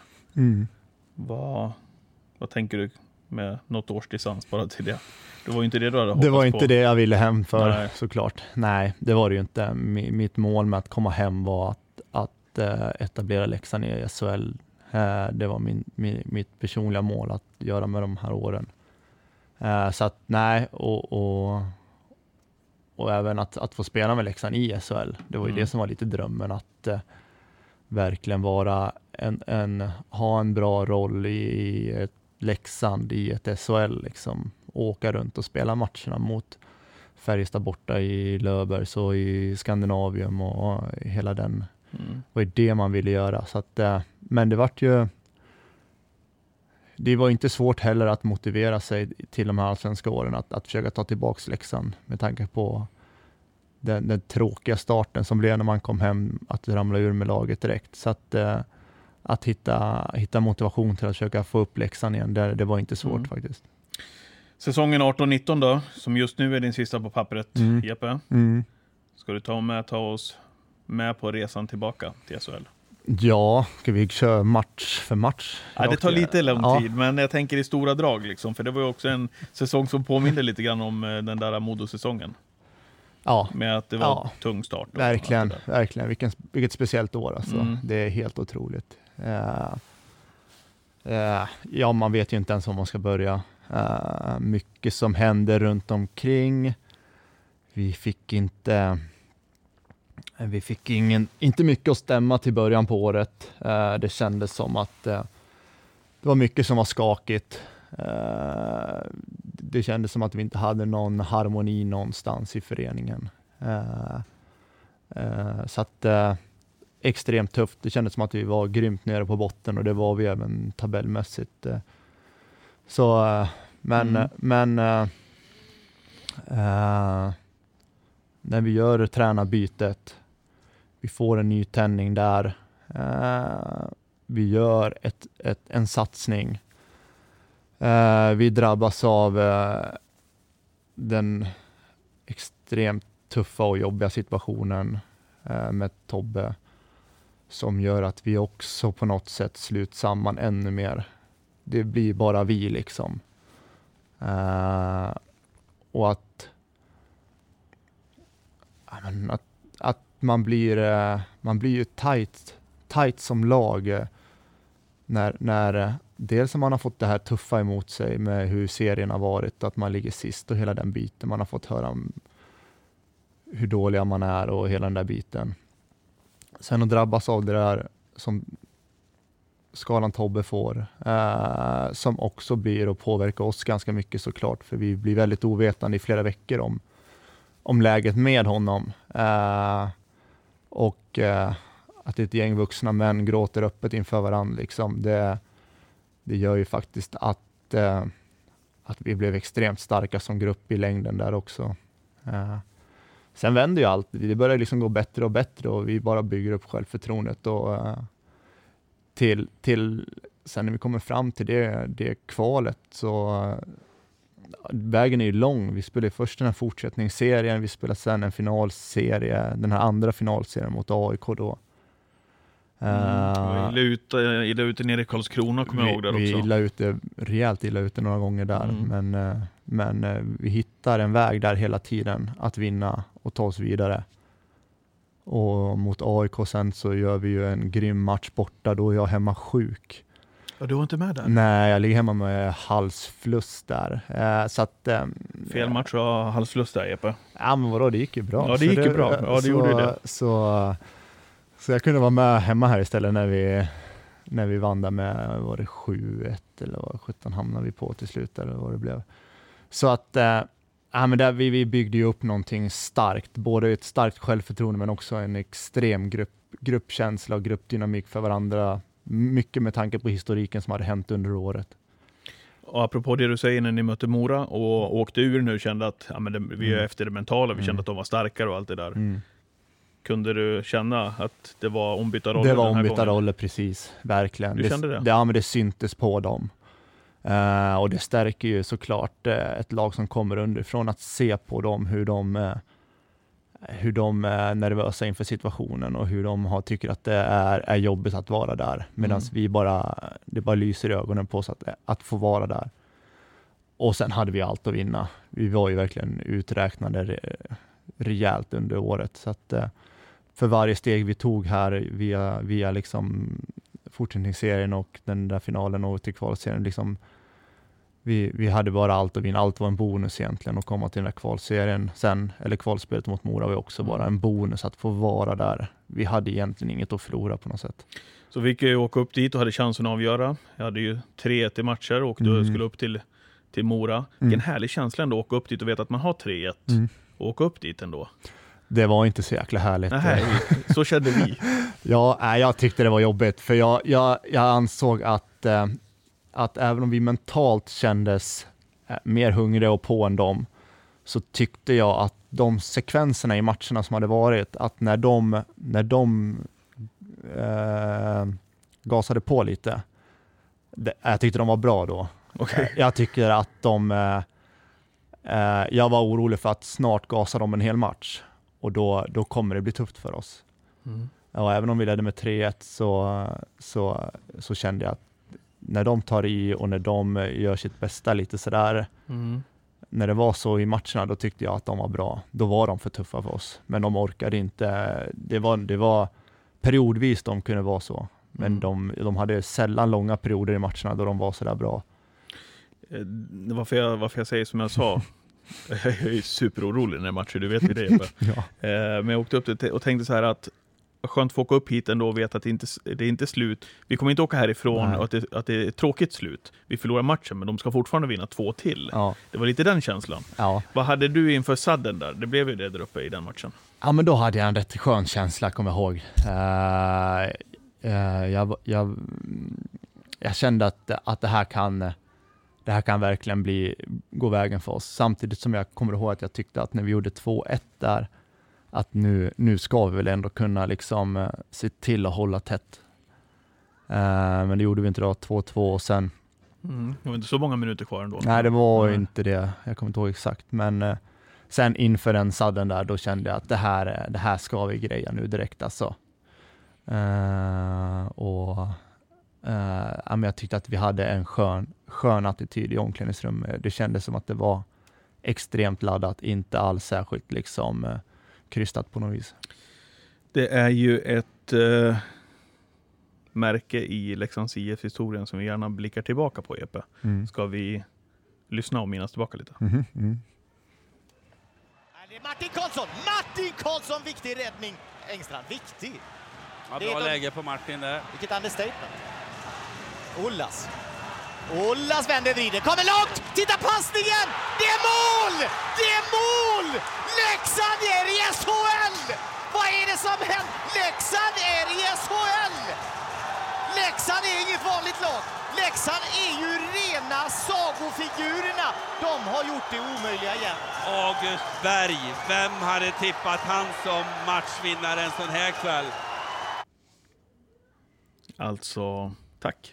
Speaker 2: Vad tänker du med något års distans bara till det? Det var ju inte det du hade hoppats på.
Speaker 3: Det var inte det jag ville hem för, såklart. Nej, det var det ju inte. Mitt mål med att komma hem var att etablera Leksand i SHL. Det var mitt personliga mål att göra med de här åren. Så att nej, och även att få spela med Leksand i SHL. Det var ju det som var lite drömmen, att verkligen vara ha en bra roll i ett Leksand i ett SHL, liksom åka runt och spela matcherna mot Färjestad borta i Löfbergs och i Skandinavium och hela den. Vad är det man ville göra? Så att, men det var inte svårt heller att motivera sig till de här allsvenska åren att försöka ta tillbaka Leksand, med tanke på den tråkiga starten som blev när man kom hem, att ramla ur med laget direkt. Så att hitta motivation till att försöka få upp Leksand igen, det var inte svårt faktiskt.
Speaker 2: Säsongen 18-19 då, som just nu är din sista på pappret, Jeppe. Ska du ta oss med på resan tillbaka till SHL?
Speaker 3: Ja, ska vi köra match för match?
Speaker 2: Ja, det tar lite lång tid, men jag tänker i stora drag liksom, för det var ju också en säsong som påminner lite grann om den där Modo-säsongen.
Speaker 3: Ja.
Speaker 2: Med att det var tung start.
Speaker 3: Verkligen. Vilket speciellt år alltså. Det är helt otroligt. Ja, man vet ju inte ens om man ska börja. Mycket som hände runt omkring. Vi fick inte mycket att stämma till början på året. Det kändes som att det var mycket som var skakigt. Det kändes som att vi inte hade någon harmoni någonstans i föreningen. Så att extremt tufft. Det kändes som att vi var grymt nere på botten och det var vi även tabellmässigt. Så, när vi gör tränarbytet, vi får en ny tändning där. Vi gör en satsning. Vi drabbas av den extremt tuffa och jobbiga situationen med Tobbe som gör att vi också på något sätt sluts samman ännu mer. Det blir bara vi liksom. Och att man blir ju tight som lag när dels man har fått det här tuffa emot sig med hur serien har varit, att man ligger sist och hela den biten. Man har fått höra om hur dåliga man är och hela den där biten. Sen att drabbas av det där som skalan Tobbe får, som också blir och påverkar oss ganska mycket såklart, för vi blir väldigt ovetande i flera veckor om läget med honom. Och att ett gäng vuxna män gråter öppet inför varandra liksom, det gör ju faktiskt att vi blev extremt starka som grupp i längden där också. Sen vänder ju allt. Det börjar liksom gå bättre och bättre och vi bara bygger upp självförtroendet och till sen när vi kommer fram till det kvalet så vägen är ju lång. Vi spelar först den här fortsättningsserien, vi spelar sen en finalserie, den här andra finalserien mot AIK då.
Speaker 2: Illa ute nere i Karlskrona kommer jag ihåg där också.
Speaker 3: Vi rejält illa ute några gånger där. Men vi hittar en väg där hela tiden att vinna och ta oss vidare. Och mot AIK sen så gör vi ju en grym match borta. Då är jag hemma sjuk.
Speaker 2: Ja, du var inte med där?
Speaker 3: Nej, jag ligger hemma med halsfluss där. Så att,
Speaker 2: fel match och halsfluss där, Jeppe.
Speaker 3: Ja, men vadå, det gick ju bra.
Speaker 2: Ja, det gick ju bra. Ja, det gjorde det.
Speaker 3: Så jag kunde vara med hemma här istället när vi vann där med, var det 7-1 eller vad 17 hamnade vi på till slut eller vad det blev. Så att men där vi byggde ju upp någonting starkt, både ett starkt självförtroende men också en extrem gruppkänsla och gruppdynamik för varandra, mycket med tanke på historiken som hade hänt under året.
Speaker 2: Och apropå det du säger när ni mötte Mora och åkte ur nu, kände att vi är efter det mentala, vi kände att de var starkare och allt det där. Kunde du känna att det var ombytta roller?
Speaker 3: Det var ombytta roller, precis. Verkligen.
Speaker 2: Du kände det?
Speaker 3: Ja, men det syntes på dem. Och det stärker ju såklart ett lag som kommer underifrån att se på dem hur de är nervösa inför situationen och hur de tycker att det är jobbigt att vara där. Medan det bara lyser i ögonen på oss att få vara där. Och sen hade vi allt att vinna. Vi var ju verkligen uträknade rejält under året. Så att för varje steg vi tog här via liksom fortsättningsserien och den där finalen och till kvalserien, liksom, vi hade bara allt att vinna. Allt var en bonus egentligen att komma till den där kvalserien sen, eller kvalspelet mot Mora var också bara en bonus att få vara där. Vi hade egentligen inget att förlora på något sätt.
Speaker 2: Så vi gick ju åka upp dit och hade chansen att avgöra. Jag hade ju 3-1 i matcher och du skulle upp till Mora. Vilken härlig känsla ändå att åka upp dit och veta att man har 3-1 och åka upp dit ändå.
Speaker 3: Det var inte så jäkla härligt.
Speaker 2: Nej, så kände vi.
Speaker 3: Ja, jag tyckte det var jobbigt för jag ansåg att även om vi mentalt kändes mer hungriga och på än dem, så tyckte jag att de sekvenserna i matcherna som hade varit, att när de gasade på lite, jag tyckte de var bra då.
Speaker 2: Okay.
Speaker 3: Jag tycker att jag var orolig för att snart gasa dem en hel match. Och då kommer det bli tufft för oss. Ja, även om vi ledde med 3-1 så kände jag att när de tar i och när de gör sitt bästa lite sådär. När det var så i matcherna, då tyckte jag att de var bra. Då var de för tuffa för oss. Men de orkade inte. Det var periodvis de kunde vara så. Men de hade sällan långa perioder i matcherna då de var så där bra.
Speaker 2: Varför jag säger som jag sa. Jag är superorolig när matcher, du vet vi det. Ja. Men jag åkte upp och tänkte så här att skönt att få åka upp hit ändå och veta att det inte är slut. Vi kommer inte åka härifrån och att det är ett tråkigt slut. Vi förlorar matchen, men de ska fortfarande vinna 2 till. Ja. Det var lite den känslan. Ja. Vad hade du inför sadden där? Det blev ju det där uppe i den matchen.
Speaker 3: Ja, men då hade jag en rätt skön känsla, kommer jag ihåg. Jag kände att det här kan verkligen gå vägen för oss. Samtidigt som jag kommer ihåg att jag tyckte att när vi gjorde 2-1 där, att nu ska vi väl ändå kunna liksom se till att hålla tätt. Men det gjorde vi inte då, 2-2 och sen...
Speaker 2: Det var inte så många minuter kvar ändå.
Speaker 3: Nej, det var inte det. Jag kommer inte ihåg exakt. Men sen inför den sadden där, då kände jag att det här ska vi greja nu direkt alltså. Men jag tyckte att vi hade en skön attityd i omklädningsrummet. Det kändes som att det var extremt laddat, inte alls särskilt liksom krystat på något vis.
Speaker 2: Det är ju ett märke i Leksands IF-historien som vi gärna blickar tillbaka på, Jeppe. Ska vi lyssna och minnas tillbaka lite?
Speaker 4: Det är Martin Karlsson, viktig räddning. Engstrand, viktig.
Speaker 5: Ja, bra läge på Martin där.
Speaker 4: Vilket understatement. Ollas vänder vrider, kommer långt! Titta passningen! Det är mål! Det är mål! Leksand är i SHL! Vad är det som händer? Leksand är i SHL! Leksand är inget vanligt lag. Leksand är ju rena sagofigurerna. De har gjort det omöjliga igen.
Speaker 5: August Berg, vem hade tippat han som matchvinnare en sån här kväll?
Speaker 2: Alltså, tack.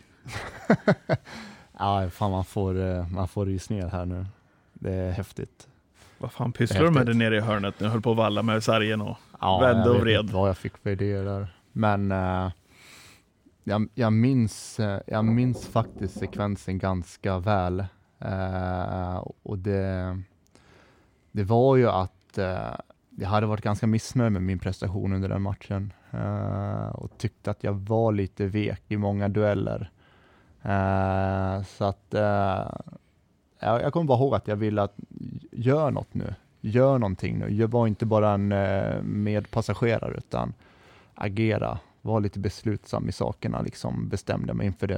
Speaker 3: Ja, fan, man får rysningar här nu. Det är häftigt.
Speaker 2: Vad fan pysslar du med det nere i hörnet? Nu höll på att valla med sargen och vände och vred.
Speaker 3: Jag vet inte vad jag fick för idéer där. Men jag minns faktiskt sekvensen ganska väl. Och det var ju att jag hade varit ganska missnöjd med min prestation under den matchen. Och tyckte att jag var lite vek i många dueller. Så att jag kommer bara ihåg att jag ville att gör något nu. Gör någonting nu. Jag var inte bara en medpassagerare utan agera. Var lite beslutsam i sakerna. Liksom bestämde mig inför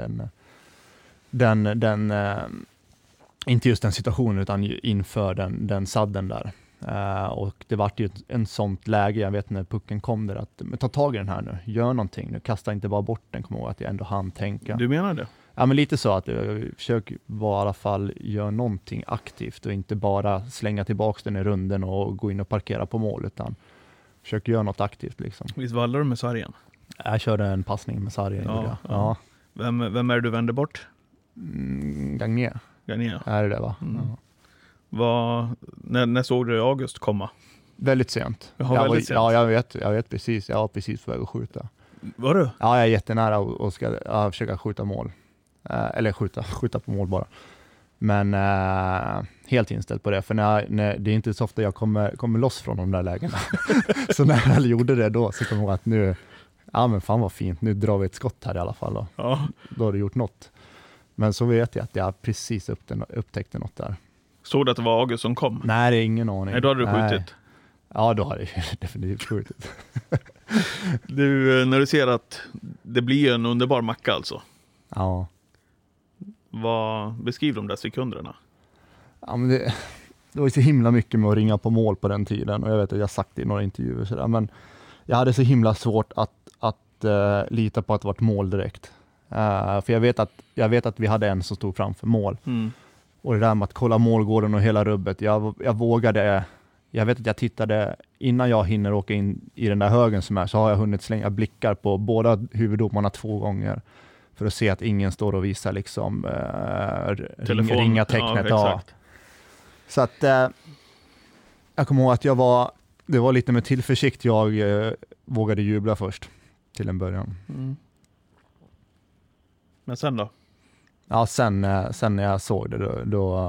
Speaker 3: den inte just den situationen utan inför den sadden där. Och det var ju en sånt läge, jag vet när pucken kom där, att ta tag i den här nu, gör någonting nu, kasta inte bara bort den, kom ihåg att jag ändå hann tänka.
Speaker 2: Du menar det?
Speaker 3: Ja, men lite så att jag försöker vara i alla fall göra någonting aktivt och inte bara slänga tillbaka den i runden och gå in och parkera på mål, utan försöker göra något aktivt liksom.
Speaker 2: Visst vallar du med sargen?
Speaker 3: Jag körde en passning med sargen. Ja.
Speaker 2: Vem är det du vände bort?
Speaker 3: Gagné. Är det va? Ja.
Speaker 2: När såg du August komma?
Speaker 3: Väldigt sent.
Speaker 2: Väldigt sent.
Speaker 3: Ja, jag vet precis. Jag var precis på väg att skjuta.
Speaker 2: Var du?
Speaker 3: Ja, jag är jättenära och ska försöka skjuta mål. Eller skjuta på mål bara. Men helt inställd på det. För när det är inte så ofta jag kommer loss från de där lägena. Så när jag gjorde det då så kom jag ihåg att nu, ja men fan vad fint. Nu drar vi ett skott här i alla fall. Då har du gjort något. Men så vet jag att jag precis upptäckte något där.
Speaker 2: Såg du att det var August som kom?
Speaker 3: Nej, det är ingen aning.
Speaker 2: Nej, då hade du skjutit.
Speaker 3: Ja, då hade jag definitivt skjutit.
Speaker 2: Du, när du ser att det blir en underbar macka alltså.
Speaker 3: Ja.
Speaker 2: Beskriv de där sekunderna.
Speaker 3: Ja, men det var så himla mycket med att ringa på mål på den tiden. Och jag vet att jag sagt det i några intervjuer sådär. Men jag hade så himla svårt att lita på att det var ett mål direkt. För jag vet att vi hade en som stod framför mål. Och det där med att kolla målgården och hela rubbet. Jag vågade. Jag vet att jag tittade innan jag hinner åka in i den där högen som är, så har jag hunnit slänga blickar på båda huvuddomarna 2 gånger. För att se att ingen står och visar liksom ringa tecknet. Ja. Så att jag kommer ihåg att det var lite med tillförsikt jag vågade jubla först till en början.
Speaker 2: Men sen då?
Speaker 3: Ja, sen när jag såg det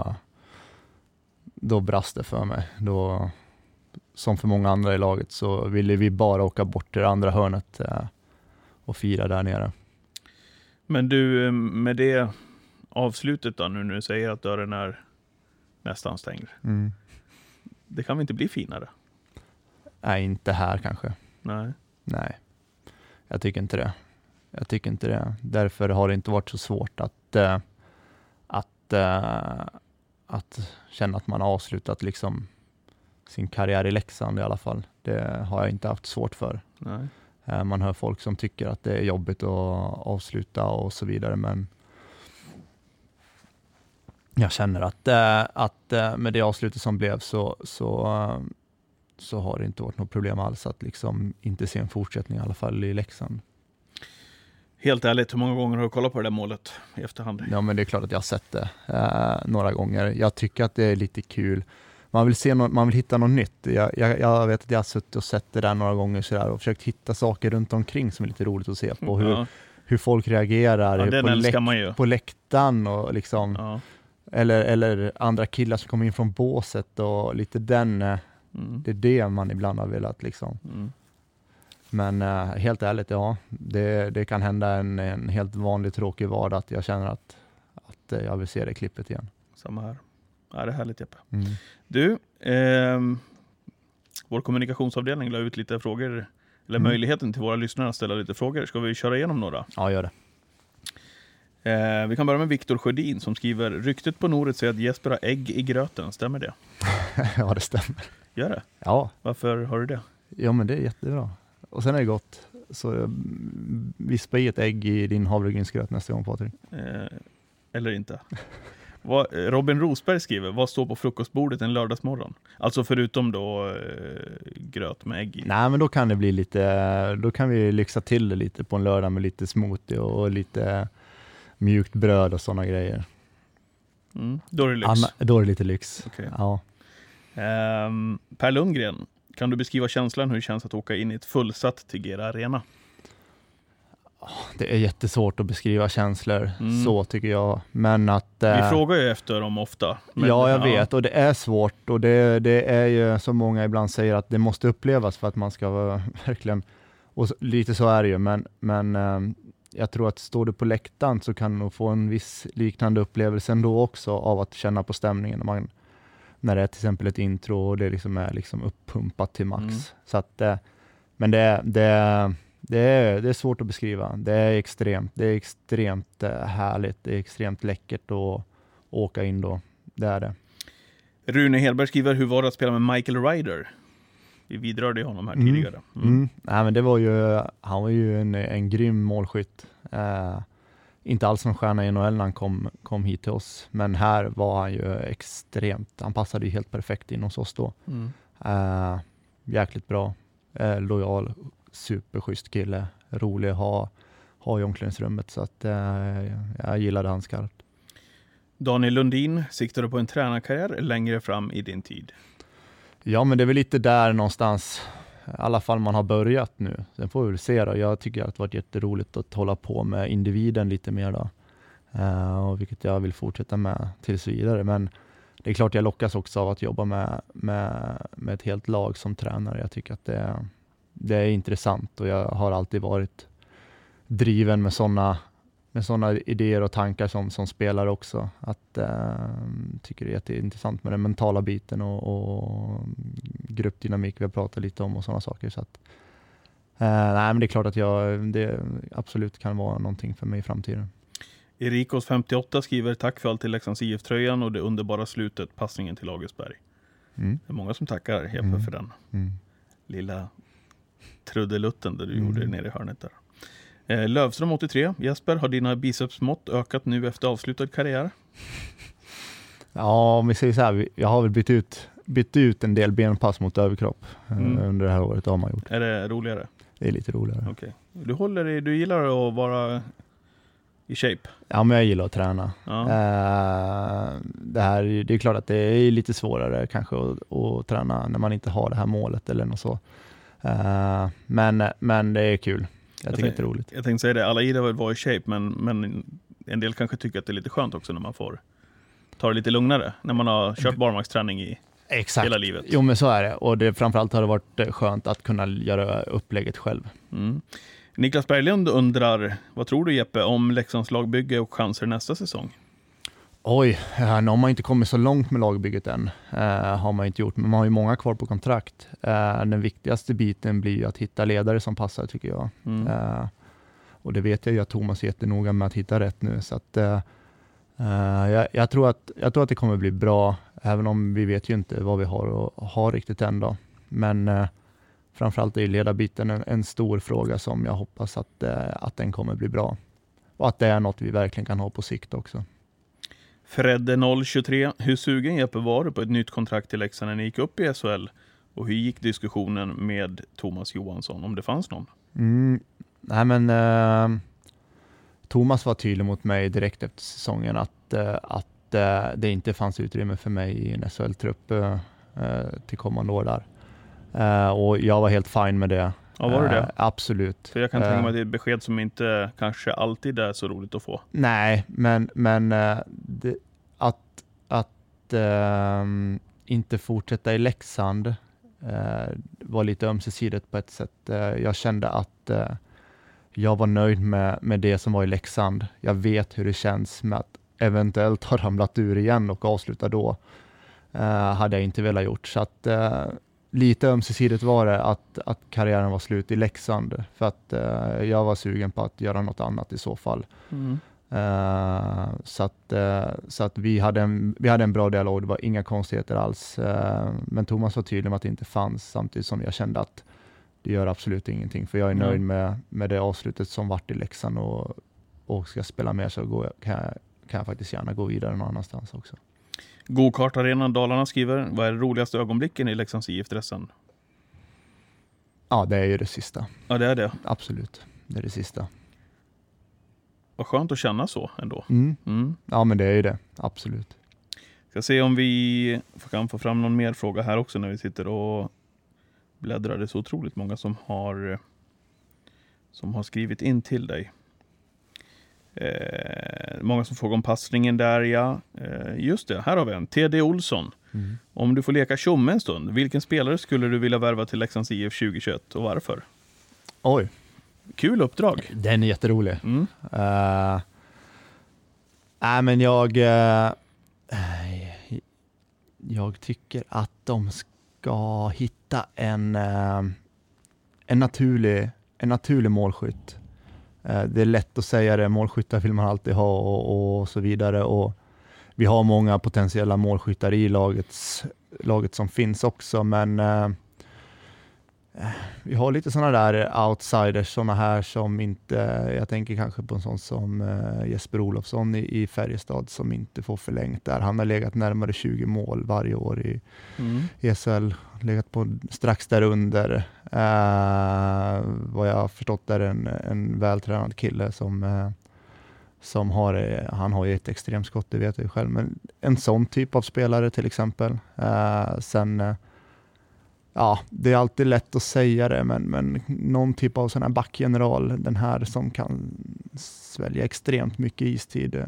Speaker 3: då brast det för mig. Då, som för många andra i laget, så ville vi bara åka bort till det andra hörnet och fira där nere.
Speaker 2: Men du, med det avslutet då, nu när du säger att dörren är nästan stängd. Det kan väl inte bli finare?
Speaker 3: Nej, inte här kanske.
Speaker 2: Nej.
Speaker 3: Jag tycker inte det. Därför har det inte varit så svårt att känna att man har avslutat liksom sin karriär i Leksand i alla fall. Det har jag inte haft svårt för.
Speaker 2: Nej.
Speaker 3: Man hör folk som tycker att det är jobbigt att avsluta och så vidare, men jag känner att med det avslutet som blev så har det inte varit något problem alls att liksom inte se en fortsättning i alla fall i Leksand.
Speaker 2: Helt ärligt, hur många gånger har du kollat på det där målet i efterhand?
Speaker 3: Ja, men det är klart att jag har sett det några gånger. Jag tycker att det är lite kul. Man vill hitta något nytt. Jag vet att jag har suttit och sett det där några gånger så där, och försökt hitta saker runt omkring som är lite roligt att se på. Hur folk reagerar på läktaren och liksom, eller andra killar som kommer in från båset och lite den. Det är det man ibland har velat liksom. Men helt ärligt, ja, det kan hända en helt vanlig tråkig vardag att jag känner att jag vill se det klippet igen.
Speaker 2: Samma här. Ja, det är härligt, Jeppe. Du, vår kommunikationsavdelning la ut lite frågor, eller möjligheten till våra lyssnare att ställa lite frågor. Ska vi köra igenom några?
Speaker 3: Ja, gör det.
Speaker 2: Vi kan börja med Viktor Sjödin som skriver: ryktet på Noret säger att Jesper har ägg i gröten, stämmer det?
Speaker 3: Ja, det stämmer.
Speaker 2: Gör det?
Speaker 3: Ja.
Speaker 2: Varför har du det?
Speaker 3: Ja, men det är jättebra. Och sen är det gott. Så vispa i ett ägg i din havregrynsgröt nästa gång, Patrik.
Speaker 2: Eller inte. Robin Rosberg skriver: vad står på frukostbordet en lördagsmorgon? Alltså förutom då gröt med ägg i. Nej,
Speaker 3: men då kan det bli lite, då kan vi lyxa till det lite på en lördag med lite smoothie och lite mjukt bröd och sådana grejer.
Speaker 2: Då är det lyx.
Speaker 3: Då är det lite lyx.
Speaker 2: Okay.
Speaker 3: Ja.
Speaker 2: Per Lundgren, kan du beskriva känslan hur det känns att åka in i ett fullsatt Tegera Arena?
Speaker 3: Det är jättesvårt att beskriva känslor, så tycker jag. Men att...
Speaker 2: Vi frågar ju efter dem ofta. Men,
Speaker 3: ja, jag vet. Och det är svårt. Och det är ju, som många ibland säger, att det måste upplevas för att man ska vara verkligen... Och lite så är det ju. Men jag tror att står du på läktaren så kan du nog få en viss liknande upplevelse ändå också av att känna på stämningen. När det är till exempel ett intro och det liksom är liksom uppumpat till max. Så att, men det är svårt att beskriva. Det är extremt härligt. Det är extremt läckert att åka in då. Det är det.
Speaker 2: Rune Hedberg skriver: hur var det att spela med Michael Ryder? Vi vidrörde honom här tidigare.
Speaker 3: Nej, men han var ju en grym målskytt. Inte alls en stjärna i NHL när han kom hit till oss. Men här var han ju extremt. Han passade ju helt perfekt in hos oss då. Jäkligt bra. Lojal. Superschysst kille. Rolig att ha i omklädningsrummet. Så att jag gillade han skarpt.
Speaker 2: Daniel Lundin, siktar du på en tränarkarriär längre fram i din tid?
Speaker 3: Ja, men det är väl lite där någonstans. I alla fall man har börjat nu. Sen får vi väl se då. Jag tycker att det har varit jätteroligt att hålla på med individen lite mer då. Och vilket jag vill fortsätta med tills vidare. Men det är klart jag lockas också av att jobba med ett helt lag som tränare. Jag tycker att det är intressant och jag har alltid varit driven med sådana idéer och tankar som spelare också. Att tycker det är jätteintressant med den mentala biten och gruppdynamik vi har pratat lite om och sådana saker. Så att, nej, men det är klart att det absolut kan vara någonting för mig i framtiden.
Speaker 2: Erikos 58 skriver: tack för allt till Leksands IF-tröjan och det underbara slutet, passningen till Lagersberg. Det är många som tackar Jeppe för den lilla trudelutten där du gjorde nere i hörnet där. Lövström 83. Jesper, har dina bicepsmått ökat nu efter avslutad karriär?
Speaker 3: Ja, om vi säger så här, jag har väl bytt ut en del benpass mot överkropp under det här året har man gjort.
Speaker 2: Är det roligare?
Speaker 3: Det är lite roligare.
Speaker 2: Okay. Du gillar att vara i shape?
Speaker 3: Ja, men jag gillar att träna.
Speaker 2: Ja.
Speaker 3: Det är klart att det är lite svårare kanske att träna när man inte har det här målet eller något så. Men det är kul. Jag tycker det är roligt.
Speaker 2: Jag tänkte säga det, alla gillar väl att vara i shape, men en del kanske tycker att det är lite skönt också när man får ta det lite lugnare, när man har kört barmarksträning i hela livet.
Speaker 3: Jo, men så är det. Och framförallt har det varit skönt att kunna göra upplägget själv.
Speaker 2: Niklas Berglund undrar: vad tror du, Jeppe, om Leksands lagbygge och chanser nästa säsong?
Speaker 3: Oj, nu har man inte kommit så långt med lagbygget än. Har man inte gjort, men man har ju många kvar på kontrakt. Den viktigaste biten blir ju att hitta ledare som passar, tycker jag. Och det vet jag ju att Thomas är jättenoga med att hitta rätt nu. Så att, jag tror att det kommer bli bra, även om vi vet ju inte vad vi har riktigt än då. Men framförallt är ledarbiten en stor fråga som jag hoppas att den kommer bli bra. Och att det är något vi verkligen kan ha på sikt också.
Speaker 2: Fredde 023, hur sugen Jeppe var du på ett nytt kontrakt till Leksand när ni gick upp i SHL? Och hur gick diskussionen med Thomas Johansson, om det fanns någon?
Speaker 3: Nej men Thomas var tydlig mot mig direkt efter säsongen att det inte fanns utrymme för mig i en SHL-trupp till kommande år där. Och jag var helt fine med det.
Speaker 2: Ja, var det?
Speaker 3: Absolut.
Speaker 2: För jag kan tänka mig att det är ett besked som inte kanske alltid är så roligt att få.
Speaker 3: Nej, men att inte fortsätta i Leksand var lite ömsesidigt på ett sätt. Jag kände att jag var nöjd med det som var i Leksand. Jag vet hur det känns med att eventuellt ha ramlat ur igen och avsluta då. Hade jag inte velat gjort. Så att lite ömsesidigt var det att karriären var slut i Leksand. För att jag var sugen på att göra något annat i så fall. Så att vi hade en bra dialog. Det var inga konstigheter alls. Men Thomas var tydlig med att det inte fanns, samtidigt som jag kände att det gör absolut ingenting. För jag är nöjd med det avslutet som vart i Leksand och ska spela mer, så kan jag faktiskt gärna gå vidare någon annanstans också.
Speaker 2: Go-kart-arenan Dalarna skriver, vad är det roligaste ögonblicken i Leksands IF-dressen?
Speaker 3: Ja, det är ju det sista.
Speaker 2: Ja, det är det.
Speaker 3: Absolut, det är det sista.
Speaker 2: Vad skönt att känna så ändå.
Speaker 3: Ja, men det är ju det. Absolut.
Speaker 2: Ska se om vi kan få fram någon mer fråga här också när vi sitter och bläddrar. Det är så otroligt många som har skrivit in till dig. Många som frågar om passningen där, ja. Just det, här har vi en. TD Olsson. Om du får leka tjomme en stund, vilken spelare skulle du vilja värva till Leksands IF 2021 och varför?
Speaker 3: Oj.
Speaker 2: Kul uppdrag.
Speaker 3: Den är jätterolig. Men jag tycker att de ska hitta en naturlig målskytt. Det är lätt att säga det, målskyttar vill man alltid ha och så vidare. Och vi har många potentiella målskyttar i laget som finns också, men vi har lite sådana där outsiders, sådana här som inte, jag tänker kanske på en sån som Jesper Olofsson i Färjestad som inte får förlängt där. Han har legat närmare 20 mål varje år i SHL, legat på strax där under. Vad jag har förstått är en vältränad kille som har ju ett extremt skott, det vet jag ju själv, men en sån typ av spelare till exempel. Det är alltid lätt att säga det, men någon typ av sån här backgeneral, den här som kan svälja extremt mycket istid.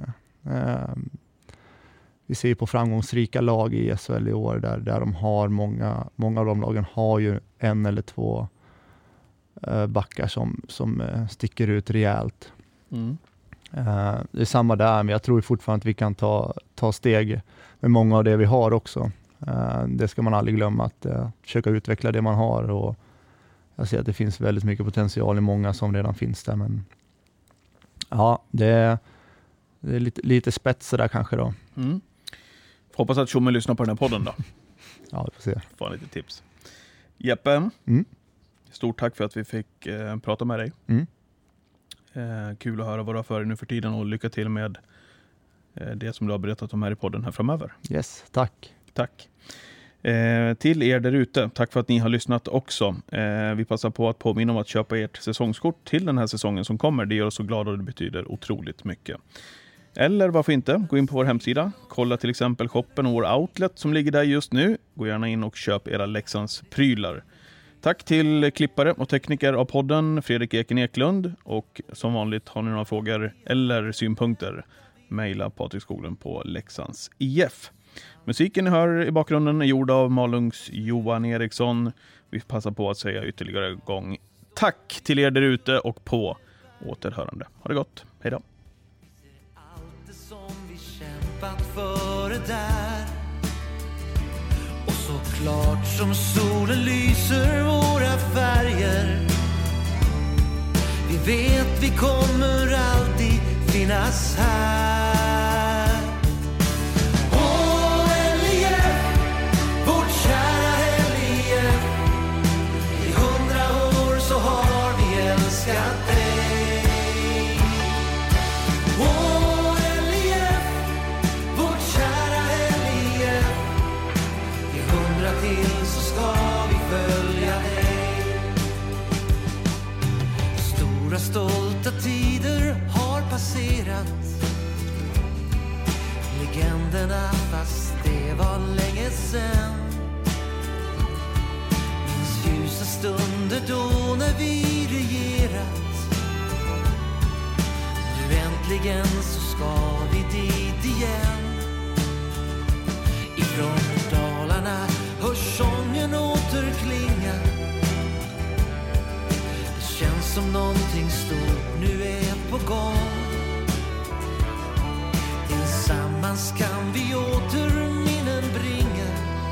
Speaker 3: Vi ser på framgångsrika lag i SHL i år där de har många av de lagen har ju en eller två backar som sticker ut rejält. Det är samma där, men jag tror fortfarande att vi kan ta steg med många av det vi har också. Det ska man aldrig glömma, att försöka utveckla det man har, och jag ser att det finns väldigt mycket potential i många som redan finns där, men ja, det är lite spets där kanske då.
Speaker 2: Hoppas att Tjomme lyssnar på den här podden då.
Speaker 3: Ja, vi får se.
Speaker 2: Få lite tips. Jeppe, stort tack för att vi fick prata med dig. Kul att höra vad du har för dig nu för tiden, och lycka till med det som du har berättat om här i podden här framöver.
Speaker 3: Yes, tack.
Speaker 2: Tack. Till er där ute, tack för att ni har lyssnat också. Vi passar på att påminna om att köpa ert säsongskort till den här säsongen som kommer. Det gör oss så glada och det betyder otroligt mycket. Eller varför inte, gå in på vår hemsida. Kolla till exempel shoppen och vår outlet som ligger där just nu. Gå gärna in och köp era Leksands prylar. Tack till klippare och tekniker av podden, Fredrik Eken Eklund. Och som vanligt, har ni några frågor eller synpunkter, mejla Patrik Skoglund på Leksands IF. Musiken ni hör i bakgrunden är gjord av Malungs Johan Eriksson. Vi passar på att säga ytterligare en gång tack till er där ute och på återhörande. Ha det gott, hej då.
Speaker 6: Allt det som vi kämpat Klart som solen lyser våra färger. Vi vet vi kommer alltid finnas här. Åh, LIF, vårt kära LIF. I 100 år så har vi älskat dig. Åh, LIF, vårt kära LIF. I 100 till så ska vi följa dig. Stora stolta tider har passerat. Legenderna fast det var länge sen. Minns ljusa stunder då när vi regerat. Nu äntligen så ska vi dit igen. Ifrån Dalarna hörs sången återklinga. Det känns som någonting stort nu är på gång. Tillsammans kan vi åter minnen bringa.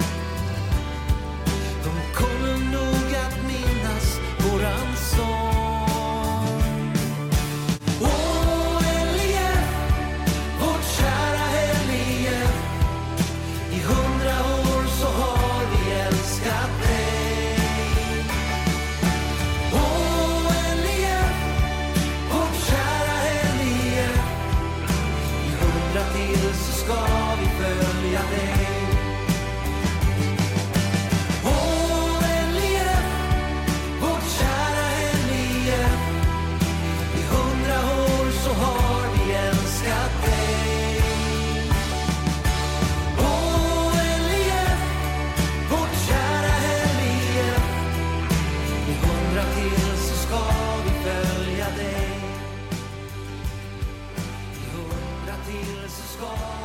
Speaker 6: De kommer nog att minnas våran sång. Åh, LIF, vårt kära LIF. I 100 år så har vi älskat dig. Åh, LIF, vårt kära LIF. I 100 till så ska vi följa dig. Åh, LIF, vårt kära LIF. I 100 år så har vi älskat dig. Åh, LIF, vårt kära LIF. I 100 till så ska vi följa dig. I 100 till så ska